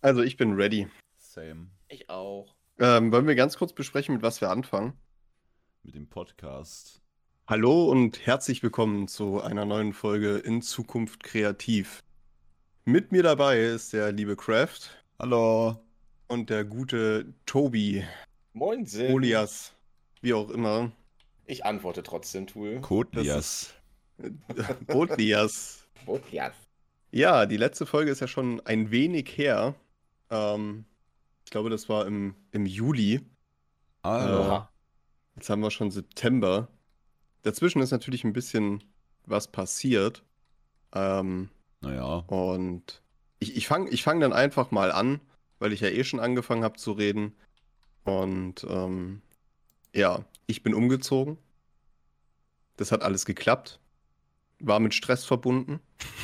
Also ich bin ready. Same. Ich auch. Wollen wir ganz kurz besprechen, mit was wir anfangen? Mit dem Podcast. Hallo und herzlich willkommen zu einer neuen Folge in Zukunft kreativ. Mit mir dabei ist der liebe Kraft Hallo. und der gute Tobi, Moinsen. Olias, wie auch immer. Ich antworte trotzdem, Tool. Kotlias. Botlias. Botjas. Ja, die letzte Folge ist ja schon ein wenig her. Ich glaube, das war im Juli. Hallo. Oha. Jetzt haben wir schon September. Dazwischen ist natürlich ein bisschen was passiert. Naja. Und ich fang dann einfach mal an, weil ich ja eh schon angefangen habe zu reden. Und ja, ich bin umgezogen. Das hat alles geklappt. War mit Stress verbunden.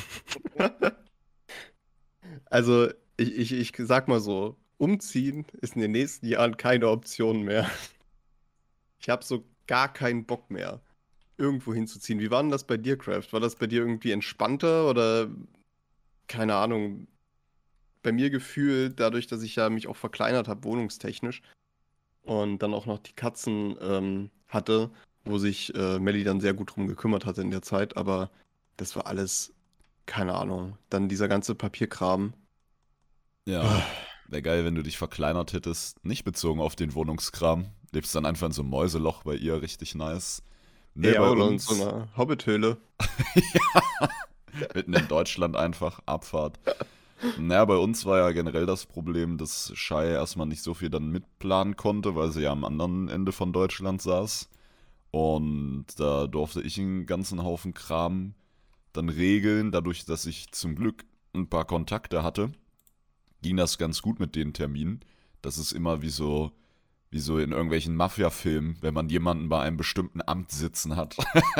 Also, ich sag mal so, umziehen ist in den nächsten Jahren keine Option mehr. Ich habe so gar keinen Bock mehr, irgendwo hinzuziehen. Wie war denn das bei dir, Kraft? War das bei dir irgendwie entspannter oder keine Ahnung? Bei mir gefühlt, dadurch, dass ich ja mich auch verkleinert habe, wohnungstechnisch und dann auch noch die Katzen hatte, wo sich Melly dann sehr gut drum gekümmert hatte in der Zeit, aber das war alles, keine Ahnung. Dann dieser ganze Papierkram. Ja. Wäre geil, wenn du dich verkleinert hättest. Nicht bezogen auf den Wohnungskram. Lebst dann einfach in so einem Mäuseloch bei ihr. Richtig nice. Nee, Ja, bei oder in so uns. einer Hobbithöhle. Mitten in Deutschland einfach. Abfahrt. Naja, bei uns war ja generell das Problem, dass Shai erstmal nicht so viel dann mitplanen konnte, weil sie ja am anderen Ende von Deutschland saß. Und da durfte ich einen ganzen Haufen Kram dann regeln. Dadurch, dass ich zum Glück ein paar Kontakte hatte, ging das ganz gut mit den Terminen. Das ist immer wie so in irgendwelchen Mafia-Filmen, wenn man jemanden bei einem bestimmten Amt sitzen hat.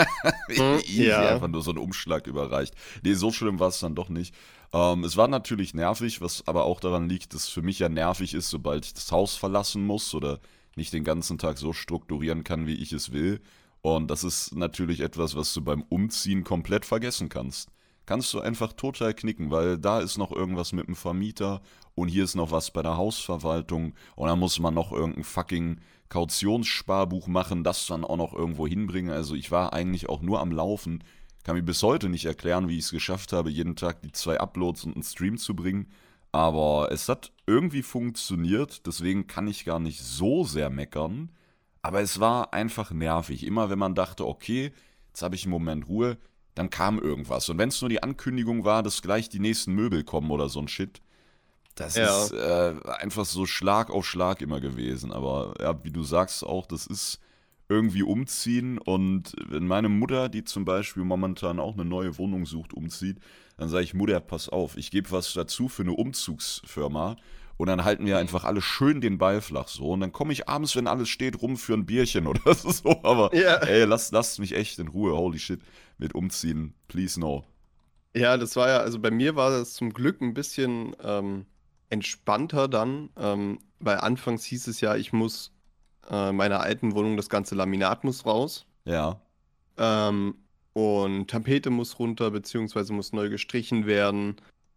Easy, Ja. einfach nur so einen Umschlag überreicht. Nee, so schlimm war es dann doch nicht. Es war natürlich nervig, was aber auch daran liegt, dass für mich ja nervig ist, sobald ich das Haus verlassen muss oder nicht den ganzen Tag so strukturieren kann, wie ich es will. Und das ist natürlich etwas, was du beim Umziehen komplett vergessen kannst. Kannst du einfach total knicken, weil da ist noch irgendwas mit dem Vermieter und hier ist noch was bei der Hausverwaltung und dann muss man noch irgendein fucking Kautionssparbuch machen, das dann auch noch irgendwo hinbringen. Also ich war eigentlich auch nur am Laufen, kann mir bis heute nicht erklären, wie ich es geschafft habe, jeden Tag die 2 Uploads und einen Stream zu bringen. Aber es hat irgendwie funktioniert, deswegen kann ich gar nicht so sehr meckern. Aber es war einfach nervig. Immer wenn man dachte, okay, jetzt habe ich einen Moment Ruhe, dann kam irgendwas. Und wenn es nur die Ankündigung war, dass gleich die nächsten Möbel kommen oder so ein Shit, das Ja. ist einfach so Schlag auf Schlag immer gewesen. Aber ja, wie du sagst auch, das ist irgendwie umziehen. Und wenn meine Mutter, die zum Beispiel momentan auch eine neue Wohnung sucht, umzieht, dann sage ich, Mutter, pass auf, ich gebe was dazu für eine Umzugsfirma. Und dann halten wir einfach alle schön den Ball flach so. Und dann komme ich abends, wenn alles steht, rum für ein Bierchen oder so. Aber Ja. ey, lasst mich echt in Ruhe. Holy shit. Mit umziehen. Please no. Ja, das war ja, also bei mir war das zum Glück ein bisschen entspannter dann, weil anfangs hieß es ja, ich muss meiner alten Wohnung, das ganze Laminat muss raus Ja. ähm, und Tapete muss runter, beziehungsweise muss neu gestrichen werden.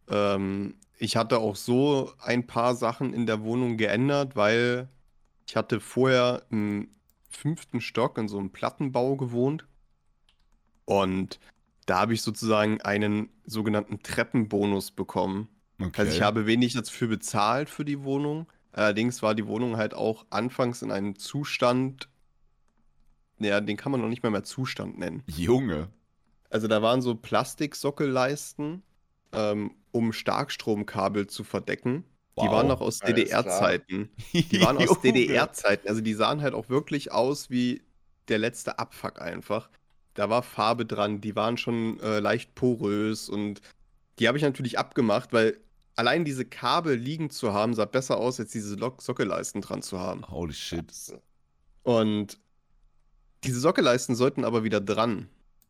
Ich hatte auch so ein paar Sachen in der Wohnung geändert, weil ich hatte vorher im 5. Stock in so einem Plattenbau gewohnt. Und da habe ich sozusagen einen sogenannten Treppenbonus bekommen. Also ich Okay. habe wenig dafür bezahlt für die Wohnung. Allerdings war die Wohnung halt auch anfangs in einem Zustand, ja, den kann man noch nicht mehr Zustand nennen. Junge. Also da waren so Plastiksockelleisten, um Starkstromkabel zu verdecken. Die waren noch Wow. aus Alles klar. DDR-Zeiten. Die waren aus Junge. DDR-Zeiten. Also die sahen halt auch wirklich aus wie der letzte Abfuck einfach. Da war Farbe dran, die waren schon leicht porös und die habe ich natürlich abgemacht, weil allein diese Kabel liegen zu haben, sah besser aus, als diese Sockelleisten dran zu haben. Holy shit. Scheiße. Und diese Sockelleisten sollten aber wieder dran.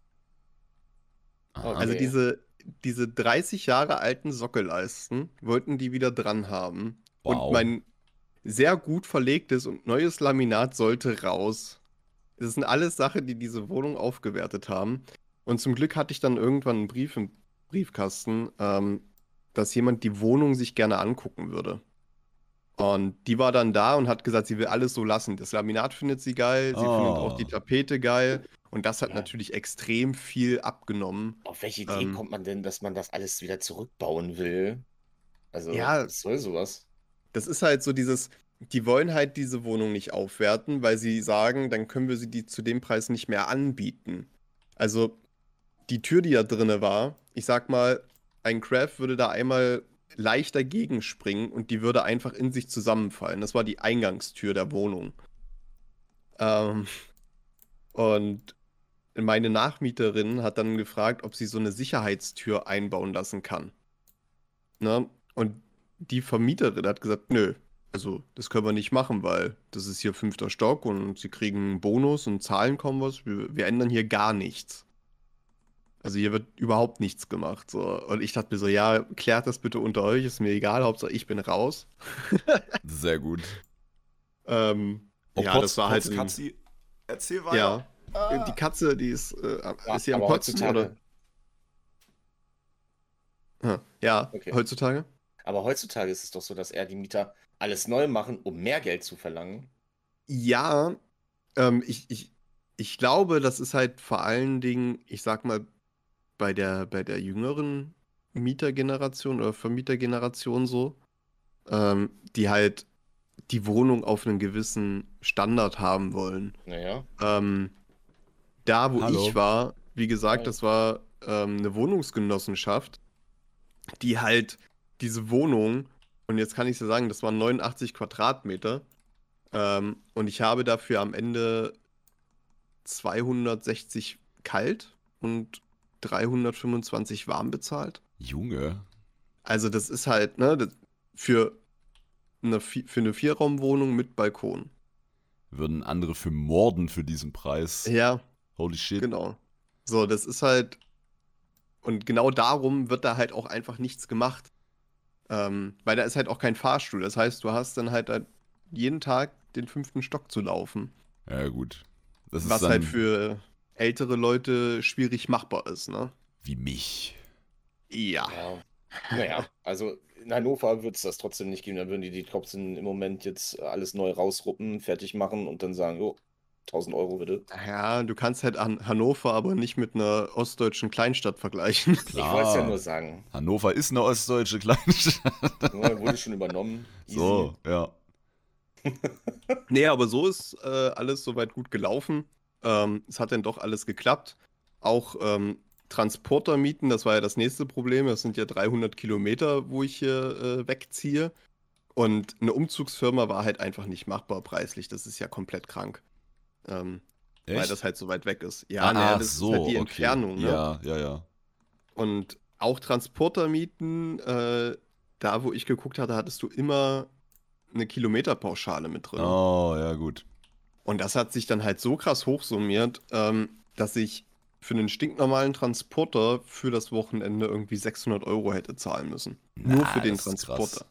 Aha. Also Okay. diese 30 Jahre alten Sockelleisten wollten die wieder dran haben. Und Wow. mein sehr gut verlegtes und neues Laminat sollte raus. Das sind alles Sachen, die diese Wohnung aufgewertet haben. Und zum Glück hatte ich dann irgendwann einen Brief im Briefkasten, dass jemand die Wohnung sich gerne angucken würde. Und die war dann da und hat gesagt, sie will alles so lassen. Das Laminat findet sie geil, sie findet auch die Oh. Tapete geil. Und das hat Ja. natürlich extrem viel abgenommen. Auf welche Idee Ähm, kommt man denn, dass man das alles wieder zurückbauen will? Also, ja, was soll sowas? das ist halt so dieses, die wollen halt diese Wohnung nicht aufwerten, weil sie sagen, dann können wir sie die zu dem Preis nicht mehr anbieten. Also die Tür, die da drinne war, ich sag mal, ein Craft würde da einmal leicht dagegen springen und die würde einfach in sich zusammenfallen. Das war die Eingangstür der Wohnung. Ähm, und meine Nachmieterin hat dann gefragt, ob sie so eine Sicherheitstür einbauen lassen kann. Ne? Und die Vermieterin hat gesagt, nö, also das können wir nicht machen, weil das ist hier 5. Stock und sie kriegen einen Bonus und zahlen kaum was. Wir ändern hier gar nichts. Also hier wird überhaupt nichts gemacht. So. Und ich dachte mir so, ja, klärt das bitte unter euch, ist mir egal, Hauptsache ich bin raus. Sehr gut. Ja, das war halt Katzi, erzähl ja, weiter. die Katze, die ist Ja, sie am aber Kotzen, oder? heutzutage, Ja, okay. heutzutage? Aber heutzutage ist es doch so, dass eher die Mieter alles neu machen, um mehr Geld zu verlangen. Ja, ich glaube, das ist halt vor allen Dingen, ich sag mal, bei der jüngeren Mietergeneration oder Vermietergeneration so, die halt die Wohnung auf einen gewissen Standard haben wollen. Naja. Da, wo Hallo. ich war, wie gesagt, Hi. das war eine Wohnungsgenossenschaft, die halt diese Wohnung, und jetzt kann ich dir sagen, das waren 89 Quadratmeter, und ich habe dafür am Ende 260 kalt und 325 warm bezahlt. Junge. Also das ist halt, ne, für für eine Vierraumwohnung mit Balkon. Würden andere für morden für diesen Preis. Ja, Holy shit. genau. So, das ist halt, und genau darum wird da halt auch einfach nichts gemacht. Weil da ist halt auch kein Fahrstuhl. Das heißt, du hast dann halt jeden Tag den 5. Stock zu laufen. Ja, gut. Das ist Was dann halt für ältere Leute schwierig machbar ist, ne? wie mich. Ja. Ja. Naja, also in Hannover wird es das trotzdem nicht geben. Da würden die trotzdem im Moment jetzt alles neu rausruppen, fertig machen und dann sagen, jo, 1000 Euro bitte. Ja, du kannst halt Hannover aber nicht mit einer ostdeutschen Kleinstadt vergleichen. Ich wollte es ja Klar. nur sagen. Hannover ist eine ostdeutsche Kleinstadt. Ja, wurde schon übernommen. Easy. So, ja. Nee, aber so ist alles soweit gut gelaufen. Es hat dann doch alles geklappt. Auch Transporter mieten, das war ja das nächste Problem. Das sind ja 300 Kilometer, wo ich hier wegziehe. Und eine Umzugsfirma war halt einfach nicht machbar preislich. Das ist ja komplett krank. Weil Echt? das halt so weit weg ist. Ja, naja, das ist halt die Entfernung, ne? Ja, ja, ja. Und auch Transporter mieten, da wo ich geguckt hatte, hattest du immer eine Kilometerpauschale mit drin. Oh, ja, gut. Und das hat sich dann halt so krass hochsummiert, dass ich für einen stinknormalen Transporter für das Wochenende irgendwie 600 Euro hätte zahlen müssen. Nur für den das ist krass. Transporter.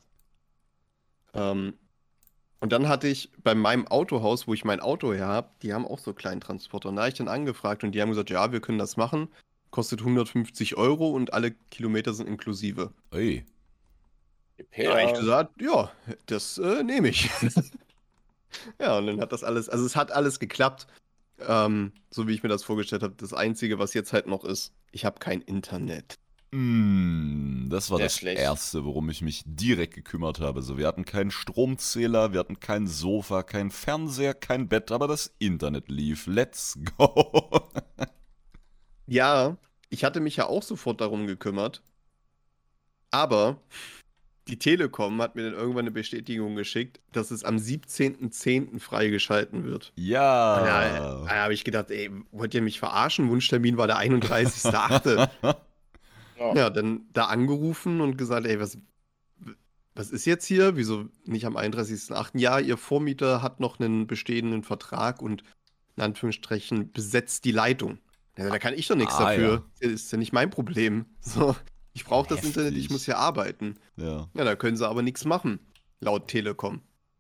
Und dann hatte ich bei meinem Autohaus, wo ich mein Auto her habe, die haben auch so einen kleinen Transporter. Und da habe ich dann angefragt und die haben gesagt, ja, wir können das machen. Kostet 150 Euro und alle Kilometer sind inklusive. Ey. Da habe ich Ja, gesagt, ja, das nehme ich. Ja, und dann hat das alles, also es hat alles geklappt, so wie ich mir das vorgestellt habe. Das Einzige, was jetzt halt noch ist, ich habe kein Internet. Das war Sehr das schlecht. Erste, worum ich mich direkt gekümmert habe. So, wir hatten keinen Stromzähler, wir hatten kein Sofa, kein Fernseher, kein Bett, aber das Internet lief. Let's go. Ja, ich hatte mich ja auch sofort darum gekümmert, aber die Telekom hat mir dann irgendwann eine Bestätigung geschickt, dass es am 17.10. freigeschalten wird. Und da Ja. habe ich gedacht, ey, wollt ihr mich verarschen? Wunschtermin war der 31.08. ja. Ja, dann da angerufen und gesagt, ey, was ist jetzt hier? Wieso nicht am 31.08.? Ja, ihr Vormieter hat noch einen bestehenden Vertrag und in Anführungsstrichen besetzt die Leitung. Ja, da kann ich doch nichts dafür. Ist ja nicht mein Problem. So, ich brauche das Internet, ich Heftig. muss hier arbeiten. Ja. Ja, da können sie aber nichts machen, laut Telekom.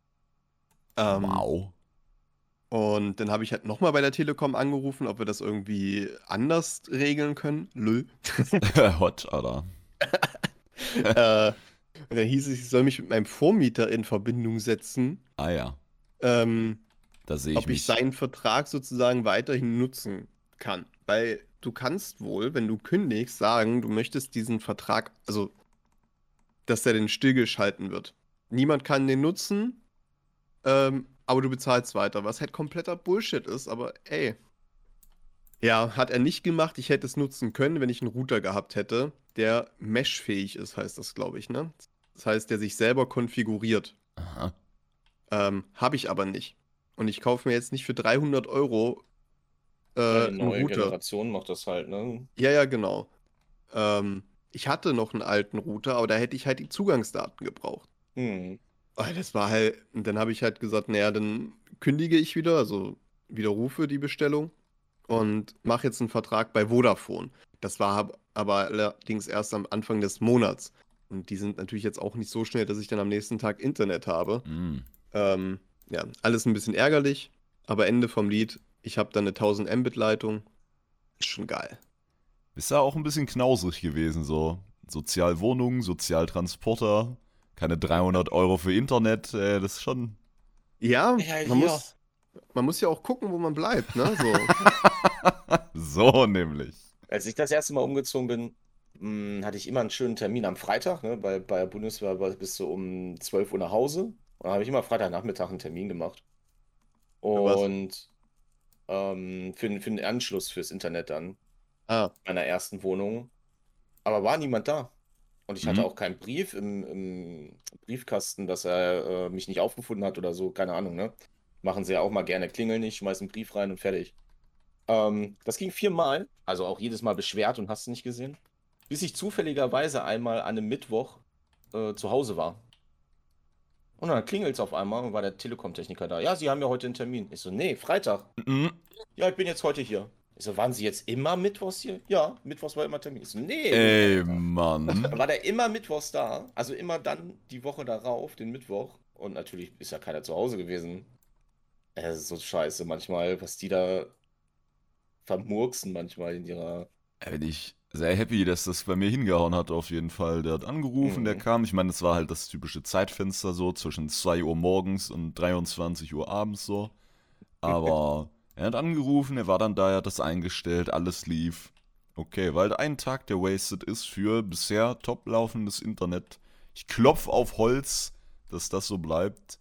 Wow. Und dann habe ich halt nochmal bei der Telekom angerufen, ob wir das irgendwie anders regeln können. Lö. Hot, Alter. Und dann hieß es, ich soll mich mit meinem Vormieter in Verbindung setzen, Ah ja, ähm, da sehe ich ob ich mich. seinen Vertrag sozusagen weiterhin nutzen kann. Weil du kannst wohl, wenn du kündigst, sagen, du möchtest diesen Vertrag, also dass der denn stillgeschalten wird. Niemand kann den nutzen, aber du bezahlst weiter, was halt kompletter Bullshit ist, aber ey. Ja, hat er nicht gemacht. Ich hätte es nutzen können, wenn ich einen Router gehabt hätte, der mesh-fähig ist, heißt das, glaube ich, ne? Das heißt, der sich selber konfiguriert. Aha. Habe ich aber nicht. Und ich kaufe mir jetzt nicht für 300 Euro Ja, die einen neue Router. Generation macht das halt, ne? Ja, ja, genau. Ich hatte noch einen alten Router, aber da hätte ich halt die Zugangsdaten gebraucht. Hm. Das war halt, und dann habe ich halt gesagt, naja, dann kündige ich wieder, also widerrufe die Bestellung und mache jetzt einen Vertrag bei Vodafone. Das war aber allerdings erst am Anfang des Monats. Und die sind natürlich jetzt auch nicht so schnell, dass ich dann am nächsten Tag Internet habe. Hm. Ja, alles ein bisschen ärgerlich, aber Ende vom Lied, ich habe dann eine 1000 Mbit-Leitung. Ist schon geil. Ist ja auch ein bisschen knausrig gewesen, so. Sozialwohnung, Sozialtransporter, keine 300 Euro für Internet, das ist schon. Ja, Ja, man hier. man muss ja auch gucken, wo man bleibt, ne? So. So nämlich. Als ich das erste Mal umgezogen bin, hatte ich immer einen schönen Termin am Freitag, ne? Bei der Bundeswehr bist du um 12 Uhr nach Hause. Und dann habe ich immer Freitagnachmittag einen Termin gemacht. Für was? Und für den Anschluss fürs Internet dann, Ah, meiner ersten Wohnung. Aber war niemand da. Und ich hatte Hm? auch keinen Brief im Briefkasten, dass er mich nicht aufgefunden hat oder so. Keine Ahnung, ne? Machen sie ja auch mal gerne. Klingeln nicht, schmeißen einen Brief rein und fertig. Das ging 4-mal, also auch jedes Mal beschwert und hast du nicht gesehen, bis ich zufälligerweise einmal an einem Mittwoch zu Hause war. Und dann klingelt es auf einmal und war der Telekom-Techniker da. Ja, Sie haben ja heute einen Termin. Ich so, nee, Freitag. Mhm. Ja, ich bin jetzt heute hier. Ich so, waren Sie jetzt immer Mittwochs hier? Ja, Mittwochs war immer Termin. Ich so, nee, nur Ey, Freitag. Dann Mann. war der immer Mittwochs da, also immer dann die Woche darauf, den Mittwoch. Und natürlich ist ja keiner zu Hause gewesen. Es ist so scheiße manchmal, was die da vermurksen manchmal in ihrer. Bin ich sehr happy, dass das bei mir hingehauen hat, auf jeden Fall. Der hat angerufen, der Mhm. kam. Ich meine, das war halt das typische Zeitfenster so, zwischen 2 Uhr morgens und 23 Uhr abends so. Aber er hat angerufen, er war dann da, er hat das eingestellt, alles lief. Okay, weil ein Tag, der wasted ist für bisher top laufendes Internet. Ich klopf auf Holz, dass das so bleibt.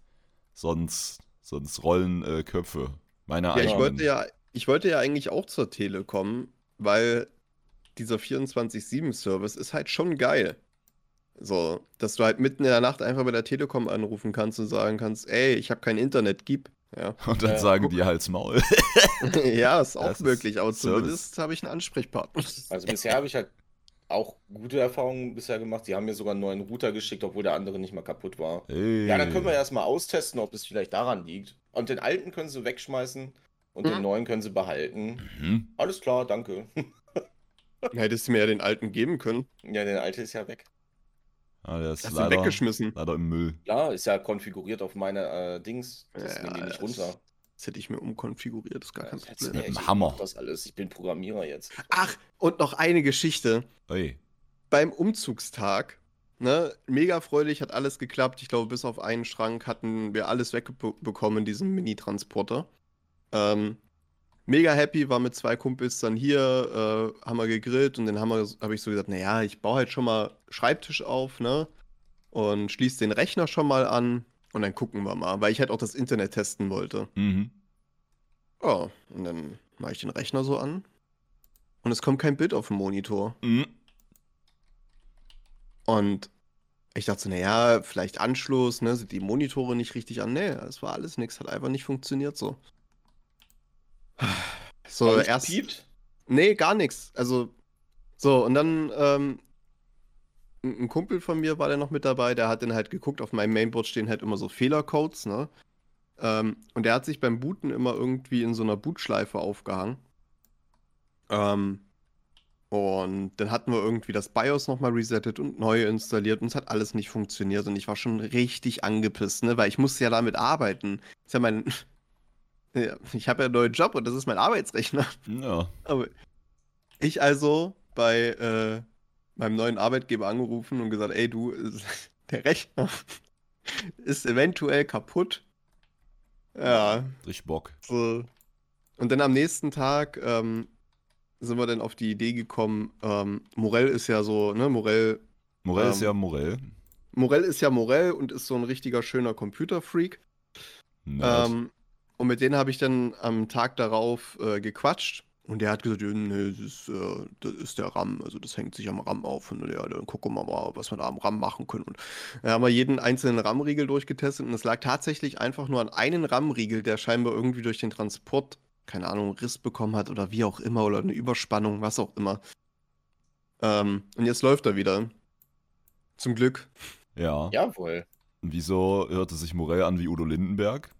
Sonst rollen Köpfe. Meine ja, Ja. eigenen. ich wollte ja eigentlich auch zur Telekom, weil dieser 24/7-Service ist halt schon geil. So, dass du halt mitten in der Nacht einfach bei der Telekom anrufen kannst und sagen kannst, ey, ich habe kein Internet, gib. Ja. Und dann Ja. sagen Guck. die Halt's Maul. Ja, ist auch Das ist möglich, aber Service. zumindest habe ich einen Ansprechpartner. Also bisher habe ich halt auch gute Erfahrungen bisher gemacht. Die haben mir sogar einen neuen Router geschickt, obwohl der andere nicht mal kaputt war. Ja, dann können wir Ey. erstmal austesten, ob es vielleicht daran liegt. Und den alten können sie wegschmeißen und den neuen können sie behalten. Mhm. Alles klar, danke. Hättest du mir ja den alten geben können. Ja, der alte ist ja weg. Ah, der ist Hast ihn leider, weggeschmissen. leider im Müll. Klar, ist ja konfiguriert auf meine Dings. Das Ja, nehmen die nicht runter. das hätte ich mir umkonfiguriert, ist gar kein Das Problem. Mit dem ich Hammer. mach das alles. Ich bin Programmierer jetzt. Ach, und noch eine Geschichte. Ey. Beim Umzugstag, ne, mega freudig, hat alles geklappt. Ich glaube, bis auf einen Schrank hatten wir alles wegbekommen in diesem Mini-Transporter. Mega happy, war mit zwei Kumpels dann hier, haben wir gegrillt und dann hab ich so gesagt, naja, ich baue halt schon mal Schreibtisch auf, ne? Und schließe den Rechner schon mal an und dann gucken wir mal, weil ich halt auch das Internet testen wollte. Mhm. Ja, und dann mache ich den Rechner so an und es kommt kein Bild auf dem Monitor. Mhm. Und ich dachte so, naja, vielleicht Anschluss, ne? Sind die Monitore nicht richtig an? Nee, es war alles nichts, hat einfach nicht funktioniert so. So, Hab ich erst. gepiept? Nee, gar nichts. Also, so, und dann, ein Kumpel von mir war da noch mit dabei, der hat dann halt geguckt, auf meinem Mainboard stehen halt immer so Fehlercodes, ne? Und der hat sich beim Booten immer irgendwie in so einer Bootschleife aufgehangen. Und dann hatten wir irgendwie das BIOS nochmal resettet und neu installiert und es hat alles nicht funktioniert und ich war schon richtig angepisst, ne? Weil ich musste ja damit arbeiten. Ist ja mein, ja, ich habe ja einen neuen Job und das ist mein Arbeitsrechner. Ja. Aber ich also bei beim neuen Arbeitgeber angerufen und gesagt, ey du, der Rechner ist eventuell kaputt. Ja, Richtig Bock. so. Und dann am nächsten Tag sind wir dann auf die Idee gekommen, Morell ist ja so, ne, Morell ist ja ähm, Morell. Morell ist ja Morell und ist so ein richtiger schöner Computerfreak. Nerd. Und mit denen habe ich dann am Tag darauf gequatscht. Und der hat gesagt, ja, nee, das ist der RAM, also das hängt sich am RAM auf. Und ja, dann gucken wir mal, was wir da am RAM machen können. Und dann haben wir jeden einzelnen RAM-Riegel durchgetestet und es lag tatsächlich einfach nur an einen RAM-Riegel, der scheinbar irgendwie durch den Transport, keine Ahnung, einen Riss bekommen hat oder wie auch immer oder eine Überspannung, was auch immer. Und jetzt läuft er wieder. Zum Glück. Ja. Jawohl. Und wieso hörte sich Morell an wie Udo Lindenberg?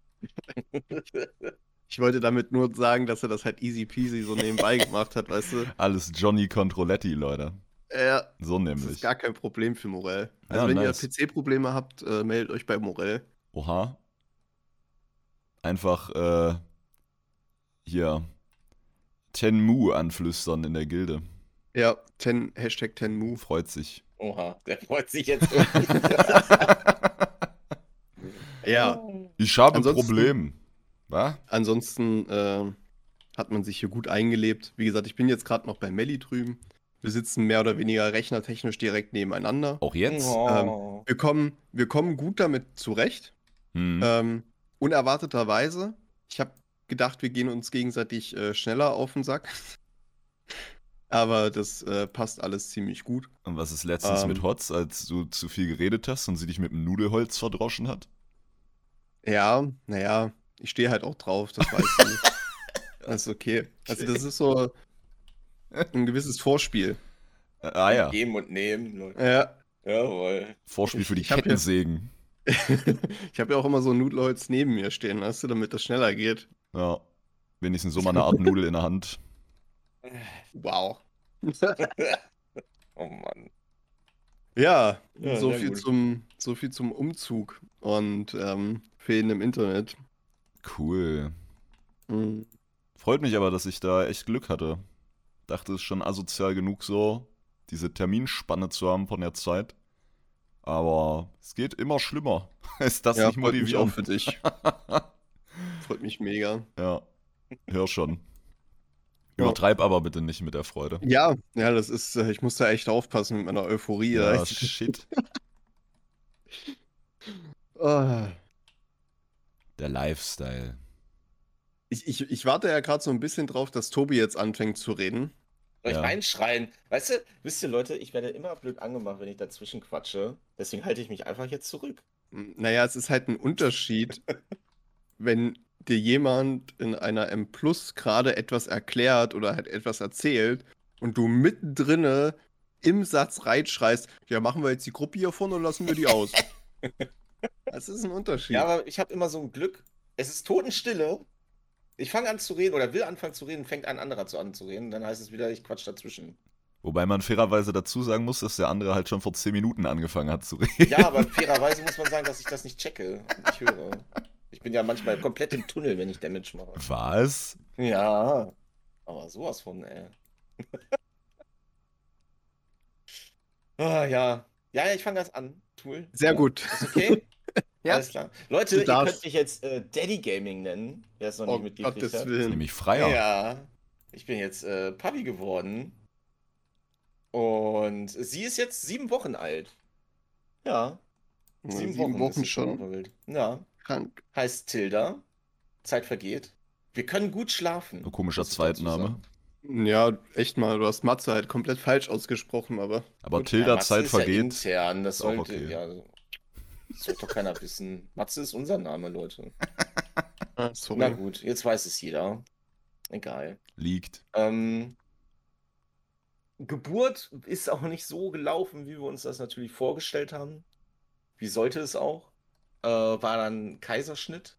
Ich wollte damit nur sagen, dass er das halt easy peasy so nebenbei gemacht hat, weißt du? Alles Johnny Controletti, Leute. Ja, So das ist nämlich. gar kein Problem für Morell. Also Ja, wenn nice. ihr PC-Probleme habt, meldet euch bei Morell. Oha. Einfach, hier, Tenmu anflüstern in der Gilde. Ja, Hashtag 10move. Freut sich. Oha, der freut sich jetzt. Ja, Ich habe Ansonsten- Problem. Was? ansonsten hat man sich hier gut eingelebt. Wie gesagt, ich bin jetzt gerade noch bei Melli drüben. Wir sitzen mehr oder weniger rechnertechnisch direkt nebeneinander. Auch jetzt? Oh. Wir kommen gut damit zurecht. Hm. Unerwarteterweise. Ich habe gedacht, wir gehen uns gegenseitig schneller auf den Sack. Aber das passt alles ziemlich gut. Und was ist letztens mit Ähm. Hotz, als du zu viel geredet hast und sie dich mit dem Nudelholz verdroschen hat? Ja, naja, ich stehe halt auch drauf, das weißt du. Das ist okay. Also das ist so ein gewisses Vorspiel. Ja. Geben und nehmen. Leute. Ja. Jawohl. Vorspiel für die Ich hab ja- Kettensägen. Ich habe ja auch immer so ein Nudelholz neben mir stehen, weißt du, damit das schneller geht. Ja. Wenigstens so mal eine Art Nudel in der Hand. Wow. Oh Mann. Ja, Ja, so sehr viel gut. so viel zum Umzug und Fehlen im Internet. Cool. Mhm. Freut mich aber, dass ich da echt Glück hatte. Dachte, es ist schon asozial genug so, diese Terminspanne zu haben von der Zeit. Aber es geht immer schlimmer. Ist das Ja, nicht freut mich auch motivierend? für dich. Freut mich mega. Ja, hör schon. Ja. Übertreib aber bitte nicht mit der Freude. Ja, das ist, ich muss da echt aufpassen mit meiner Euphorie. Ja, shit. Ah. Der Lifestyle. Ich warte ja gerade so ein bisschen drauf, dass Tobi jetzt anfängt zu reden. Soll ich Ja. reinschreien? Weißt du, wisst ihr, Leute, ich werde immer blöd angemacht, wenn ich dazwischen quatsche. Deswegen halte ich mich einfach jetzt zurück. Naja, es ist halt ein Unterschied, wenn dir jemand in einer M Plus gerade etwas erklärt oder halt etwas erzählt und du mittendrin im Satz reinschreist, ja, machen wir jetzt die Gruppe hier vorne oder lassen wir die aus? Das ist ein Unterschied. Ja, aber ich habe immer so ein Glück. Es ist Totenstille. Ich fange an zu reden oder will anfangen zu reden, fängt ein anderer an zu reden. Dann heißt es wieder, ich quatsch dazwischen. Wobei man fairerweise dazu sagen muss, dass der andere halt schon vor 10 Minuten angefangen hat zu reden. Ja, aber fairerweise muss man sagen, dass ich das nicht checke und nicht höre. Ich bin ja manchmal komplett im Tunnel, wenn ich Damage mache. Was? Ja, aber sowas von, ey. Ah, ja. Ja, ich fange das an. Tool. Sehr gut. Ist okay? Ja. Alles klar. Leute, Du ihr darfst. könnt mich jetzt Daddy Gaming nennen, wer es noch Oh nicht mitgekriegt Gottes hat. Willen. Nämlich Freier. Ja, ich bin jetzt Papi geworden. Und sie ist jetzt 7 Wochen alt. Ja, 7 7 ist Wochen sie schon auf schon. der Welt. Ja, Krank. heißt Tilda. Zeit vergeht. Wir können gut schlafen. Ein komischer muss ich dazu Zweitname. sagen. Ja, echt mal, du hast Matze halt komplett falsch ausgesprochen, aber. Aber Gut, Tilda Matze Zeit ist ja vergeht. intern, das Ist auch sollte, okay. ja, das sollte doch keiner wissen. Matze ist unser Name, Leute. Sorry. Na gut, jetzt weiß es jeder. Egal. Liegt. Geburt ist auch nicht so gelaufen, wie wir uns das natürlich vorgestellt haben. Wie sollte es auch? War dann Kaiserschnitt.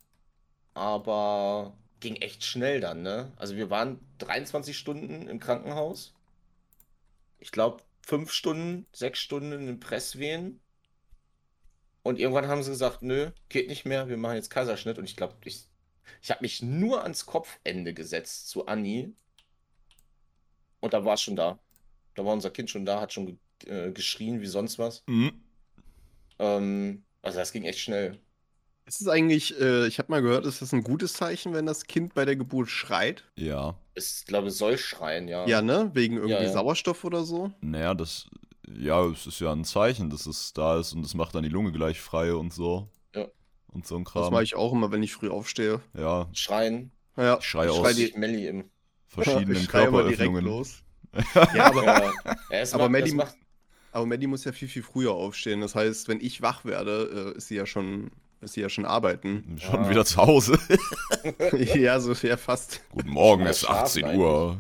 Aber ging echt schnell dann, ne? Also wir waren 23 Stunden im Krankenhaus. Ich glaube 5 Stunden, 6 Stunden in Presswehen. Und irgendwann haben sie gesagt, nö, geht nicht mehr, wir machen jetzt Kaiserschnitt. Und ich glaube, ich habe mich nur ans Kopfende gesetzt zu Anni. Und da war es schon da. Da war unser Kind schon da, hat schon geschrien wie sonst was. Mhm. Also das ging echt schnell. Ist es eigentlich, ich habe mal gehört, ist das ein gutes Zeichen, wenn das Kind bei der Geburt schreit? Ja. Ich glaube, es soll schreien, ja. Ja, ne? Wegen irgendwie ja. Sauerstoff oder so? Naja, ja, es ist ja ein Zeichen, dass es da ist und es macht dann die Lunge gleich frei und so. Ja. Und so ein Das Kram. mache ich auch immer, wenn ich früh aufstehe. Ja, Schreien. Ja, ich schreie Ich aus schrei die Melli im. verschiedenen ich schreie immer direkt Körperöffnungen. los. Ja, aber, Ja, es aber macht, das Maddie, macht. aber Maddie muss ja viel, viel früher aufstehen. Das heißt, wenn ich wach werde, ist sie ja schon arbeiten. Schon Ah. wieder zu Hause. Ja, so ja, fast. Guten Morgen, Mal es ist schlafen 18 Uhr.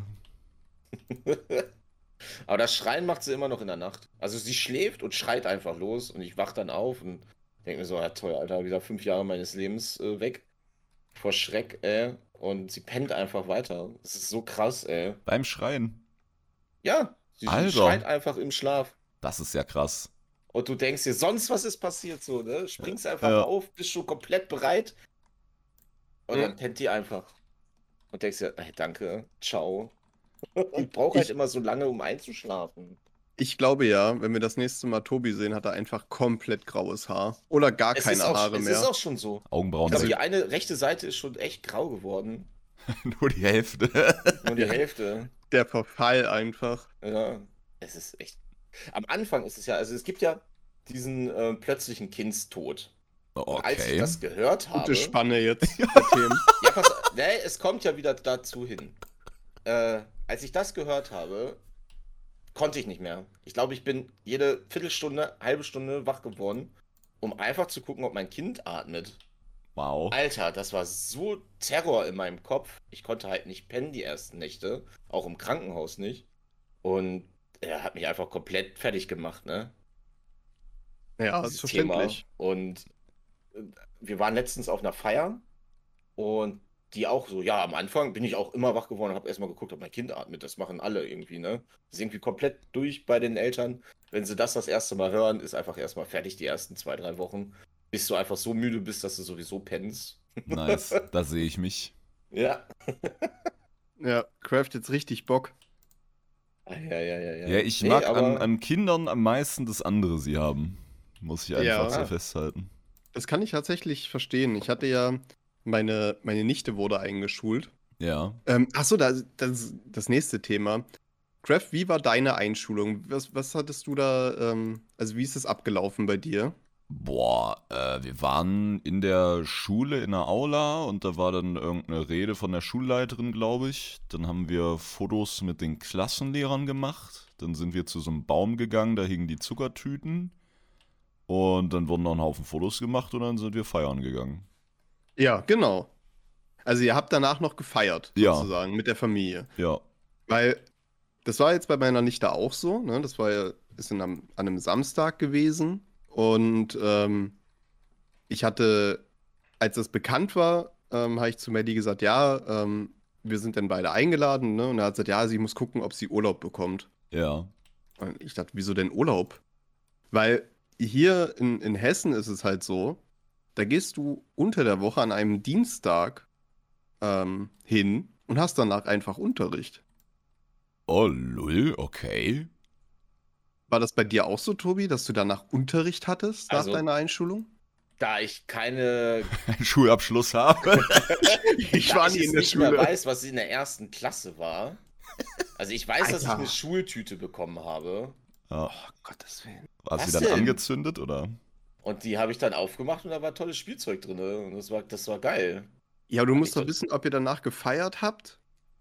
Aber das Schreien macht sie immer noch in der Nacht. Also sie schläft und schreit einfach los und ich wach dann auf und denke mir so, ja toll, Alter, wieder 5 Jahre meines Lebens weg. Vor Schreck, ey. Und sie pennt einfach weiter. Das ist so krass, ey. Beim Schreien. Ja, sie Alter. schreit einfach im Schlaf. Das ist ja krass. Und du denkst dir, sonst was ist passiert so, ne? Springst einfach Ja. auf, bist schon komplett bereit. Und Mhm. dann pennt die einfach. Und denkst dir, ey, danke, ciao. Ich brauche halt Ich- immer so lange, um einzuschlafen. Ich glaube ja, wenn wir das nächste Mal Tobi sehen, hat er einfach komplett graues Haar. Oder gar Es keine ist auch, Haare es mehr. ist auch schon so. Augenbrauen Ich glaube, sind die eine rechte Seite ist schon echt grau geworden. nur die Hälfte. Nur die Hälfte. Der Verfall einfach. Ja, es ist echt. Am Anfang ist es ja, also es gibt ja diesen plötzlichen Kindstod. Und als ich Okay. das gehört habe. Gute Spanne jetzt der Themen. Ja, pass, nee, es kommt ja wieder dazu hin. Als ich das gehört habe, konnte ich nicht mehr. Ich glaube, ich bin jede Viertelstunde, halbe Stunde wach geworden, um einfach zu gucken, ob mein Kind atmet. Wow. Alter, das war so Terror in meinem Kopf. Ich konnte halt nicht pennen die ersten Nächte, auch im Krankenhaus nicht. Und er hat mich einfach komplett fertig gemacht, ne? Ja, das ist Dieses Thema. verständlich. Und wir waren letztens auf einer Feier und die auch so, ja, am Anfang bin ich auch immer wach geworden und habe erstmal geguckt, ob mein Kind atmet. Das machen alle irgendwie, ne? Das ist irgendwie komplett durch bei den Eltern. Wenn sie das erste Mal hören, ist einfach erstmal fertig die ersten 2, 3 Wochen. Bis du einfach so müde bist, dass du sowieso pennst. Nice. Da sehe ich mich. Ja. Ja, Craft jetzt richtig Bock. Ja. Ja, ich Nee, mag aber an Kindern am meisten das andere sie haben. Muss ich einfach Ja. so festhalten. Das kann ich tatsächlich verstehen. Ich hatte ja, meine Nichte wurde eingeschult. Ja. Achso, das nächste Thema. Craft, wie war deine Einschulung? Was hattest du da, also wie ist es abgelaufen bei dir? Boah, wir waren in der Schule in der Aula und da war dann irgendeine Rede von der Schulleiterin, glaube ich. Dann haben wir Fotos mit den Klassenlehrern gemacht. Dann sind wir zu so einem Baum gegangen, da hingen die Zuckertüten. Und dann wurden noch ein Haufen Fotos gemacht und dann sind wir feiern gegangen. Ja, genau. Also ihr habt danach noch gefeiert, Ja. sozusagen, mit der Familie. Ja. Weil das war jetzt bei meiner Nichte auch so, ne? Das war ja, an einem Samstag gewesen. Und ich hatte, als das bekannt war, habe ich zu Maddie gesagt, ja, wir sind dann beide eingeladen, ne? Und er hat gesagt, ja, sie muss gucken, ob sie Urlaub bekommt. Ja. Und ich dachte, wieso denn Urlaub? Weil hier in Hessen ist es halt so, da gehst du unter der Woche an einem Dienstag hin und hast danach einfach Unterricht. Oh, lull, okay. War das bei dir auch so, Tobi, dass du danach Unterricht hattest nach Also- deiner Einschulung? da ich keine. Einen Schulabschluss habe. Ich da war ich nie es in der nicht mehr Schule. weiß, was in der ersten Klasse war. Also ich weiß, dass ich Alter. eine Schultüte bekommen habe. Ja. Oh, Gottes Willen. War sie Was dann denn? angezündet oder? Und die habe ich dann aufgemacht und da war tolles Spielzeug drin. Und das war geil. Ja, du Fand musst ich doch toll. wissen, ob ihr danach gefeiert habt,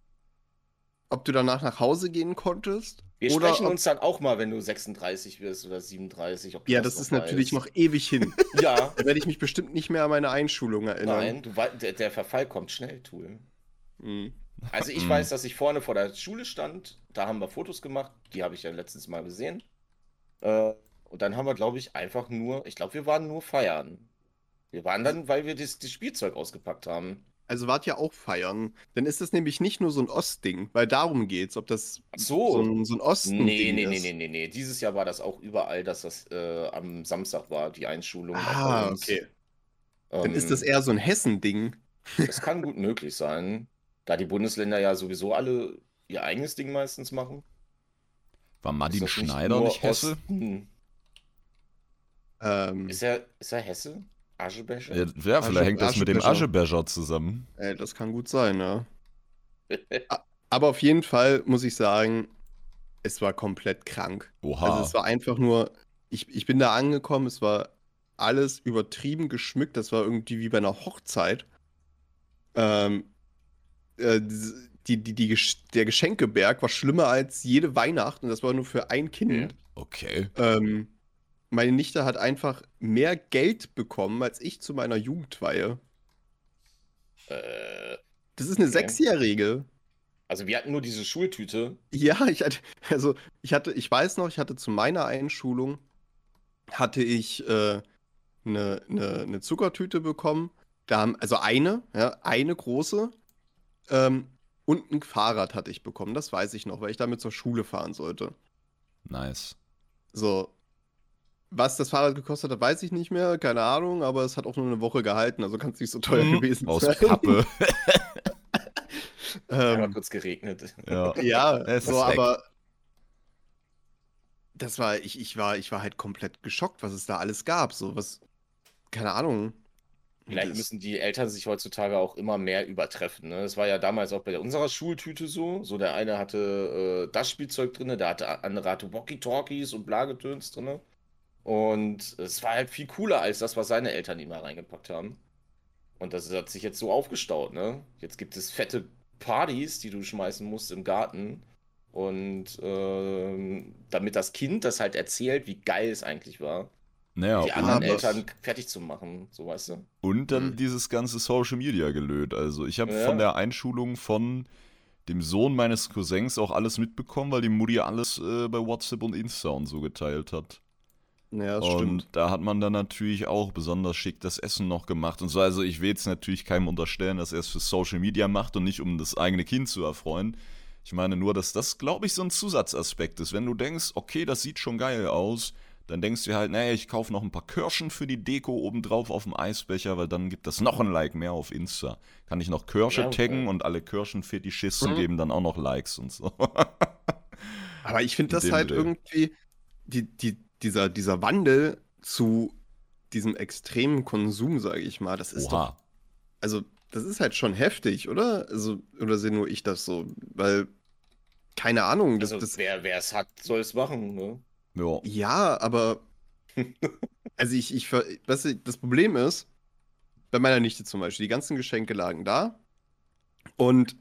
ob du danach nach Hause gehen konntest. Wir oder sprechen ob, uns dann auch mal, wenn du 36 wirst oder 37. Ob du Ja, das ist natürlich weißt. noch ewig hin. Ja, Da werde ich mich bestimmt nicht mehr an meine Einschulung erinnern. nein, der Verfall kommt schnell, Tool. Mhm. Also ich Mhm. weiß, dass ich vorne vor der Schule stand, da haben wir Fotos gemacht, die habe ich ja letztens mal gesehen. Und dann haben wir, glaube ich, einfach nur, ich glaube, wir waren nur feiern. Wir waren dann, weil wir das Spielzeug ausgepackt haben. Also wart ihr auch feiern. Dann ist das nämlich nicht nur so ein Ostding, weil darum geht's, ob das Ach so. so ein Ostending ist. Nee. Dieses Jahr war das auch überall, dass das am Samstag war, die Einschulung. auch bei Ah, uns. okay. Dann ist das Ähm, eher so ein Hessen-Ding. Das kann gut möglich sein, da die Bundesländer ja sowieso alle ihr eigenes Ding meistens machen. War Martin Ist das Schneider nur nicht Hesse? Osten? Ähm, Ist er Hesse? Aschebecher? Ja, vielleicht hängt das mit dem Aschebecher. Aschebecher zusammen. das kann gut sein, ja. Aber auf jeden Fall muss ich sagen, es war komplett krank. Oha. Also es war einfach nur, ich bin da angekommen, es war alles übertrieben geschmückt, das war irgendwie wie bei einer Hochzeit. Ähm, der Geschenkeberg war schlimmer als jede Weihnacht und das war nur für ein Kind. Okay. Meine Nichte hat einfach mehr Geld bekommen als ich zu meiner Jugendweihe. Das ist eine Okay. 6-Jährige. Also wir hatten nur diese Schultüte. Ja, ich weiß noch, ich hatte zu meiner Einschulung, hatte ich eine Zuckertüte bekommen. Also eine große. Und ein Fahrrad hatte ich bekommen. Das weiß ich noch, weil ich damit zur Schule fahren sollte. Nice. So. Was das Fahrrad gekostet hat, weiß ich nicht mehr. Keine Ahnung, aber es hat auch nur eine Woche gehalten. Also kann es nicht so teuer gewesen Aus sein. Pappe. Einmal kurz geregnet. Ja. Ja, Es so, ist weg. aber das war, ich war halt komplett geschockt, was es da alles gab. So, keine Ahnung. Vielleicht Das- müssen die Eltern sich heutzutage auch immer mehr übertreffen. Ne? Das war ja damals auch bei unserer Schultüte so. So, der eine hatte das Spielzeug drin, der andere hatte Walkie-Talkies und Blagetöns drin. Und es war halt viel cooler als das, was seine Eltern ihm da reingepackt haben. Und das hat sich jetzt so aufgestaut, ne? Jetzt gibt es fette Partys, die du schmeißen musst im Garten. Und damit das Kind das halt erzählt, wie geil es eigentlich war, Naja, die anderen aber- Eltern fertig zu machen, so weißt du. und dann Mhm. dieses ganze Social Media gelöt. Also ich habe Ja. von der Einschulung von dem Sohn meines Cousins auch alles mitbekommen, weil die Mutti alles bei WhatsApp und Insta und so geteilt hat. Ja, das Und stimmt. da hat man dann natürlich auch besonders schick das Essen noch gemacht und so. Also ich will jetzt natürlich keinem unterstellen, dass er es für Social Media macht und nicht um das eigene Kind zu erfreuen. Ich meine nur, dass das, glaube ich, so ein Zusatzaspekt ist. Wenn du denkst, okay, das sieht schon geil aus, dann denkst du halt, naja, ich kaufe noch ein paar Kirschen für die Deko obendrauf auf dem Eisbecher, weil dann gibt das noch ein Like mehr auf Insta. Kann ich noch Kirsche Ja, okay. taggen und alle Kirschenfetischisten Mhm. geben dann auch noch Likes und so. Aber ich finde In das dem halt Dreh. irgendwie, dieser Wandel zu diesem extremen Konsum, sage ich mal, das ist doch, Oha. also das ist halt schon heftig, oder? Also, oder sehe nur ich das so? Weil, keine Ahnung, Also wer es hat, soll es machen. Ne? Ja. ja, aber, also weißt du, das Problem ist, bei meiner Nichte zum Beispiel, die ganzen Geschenke lagen da und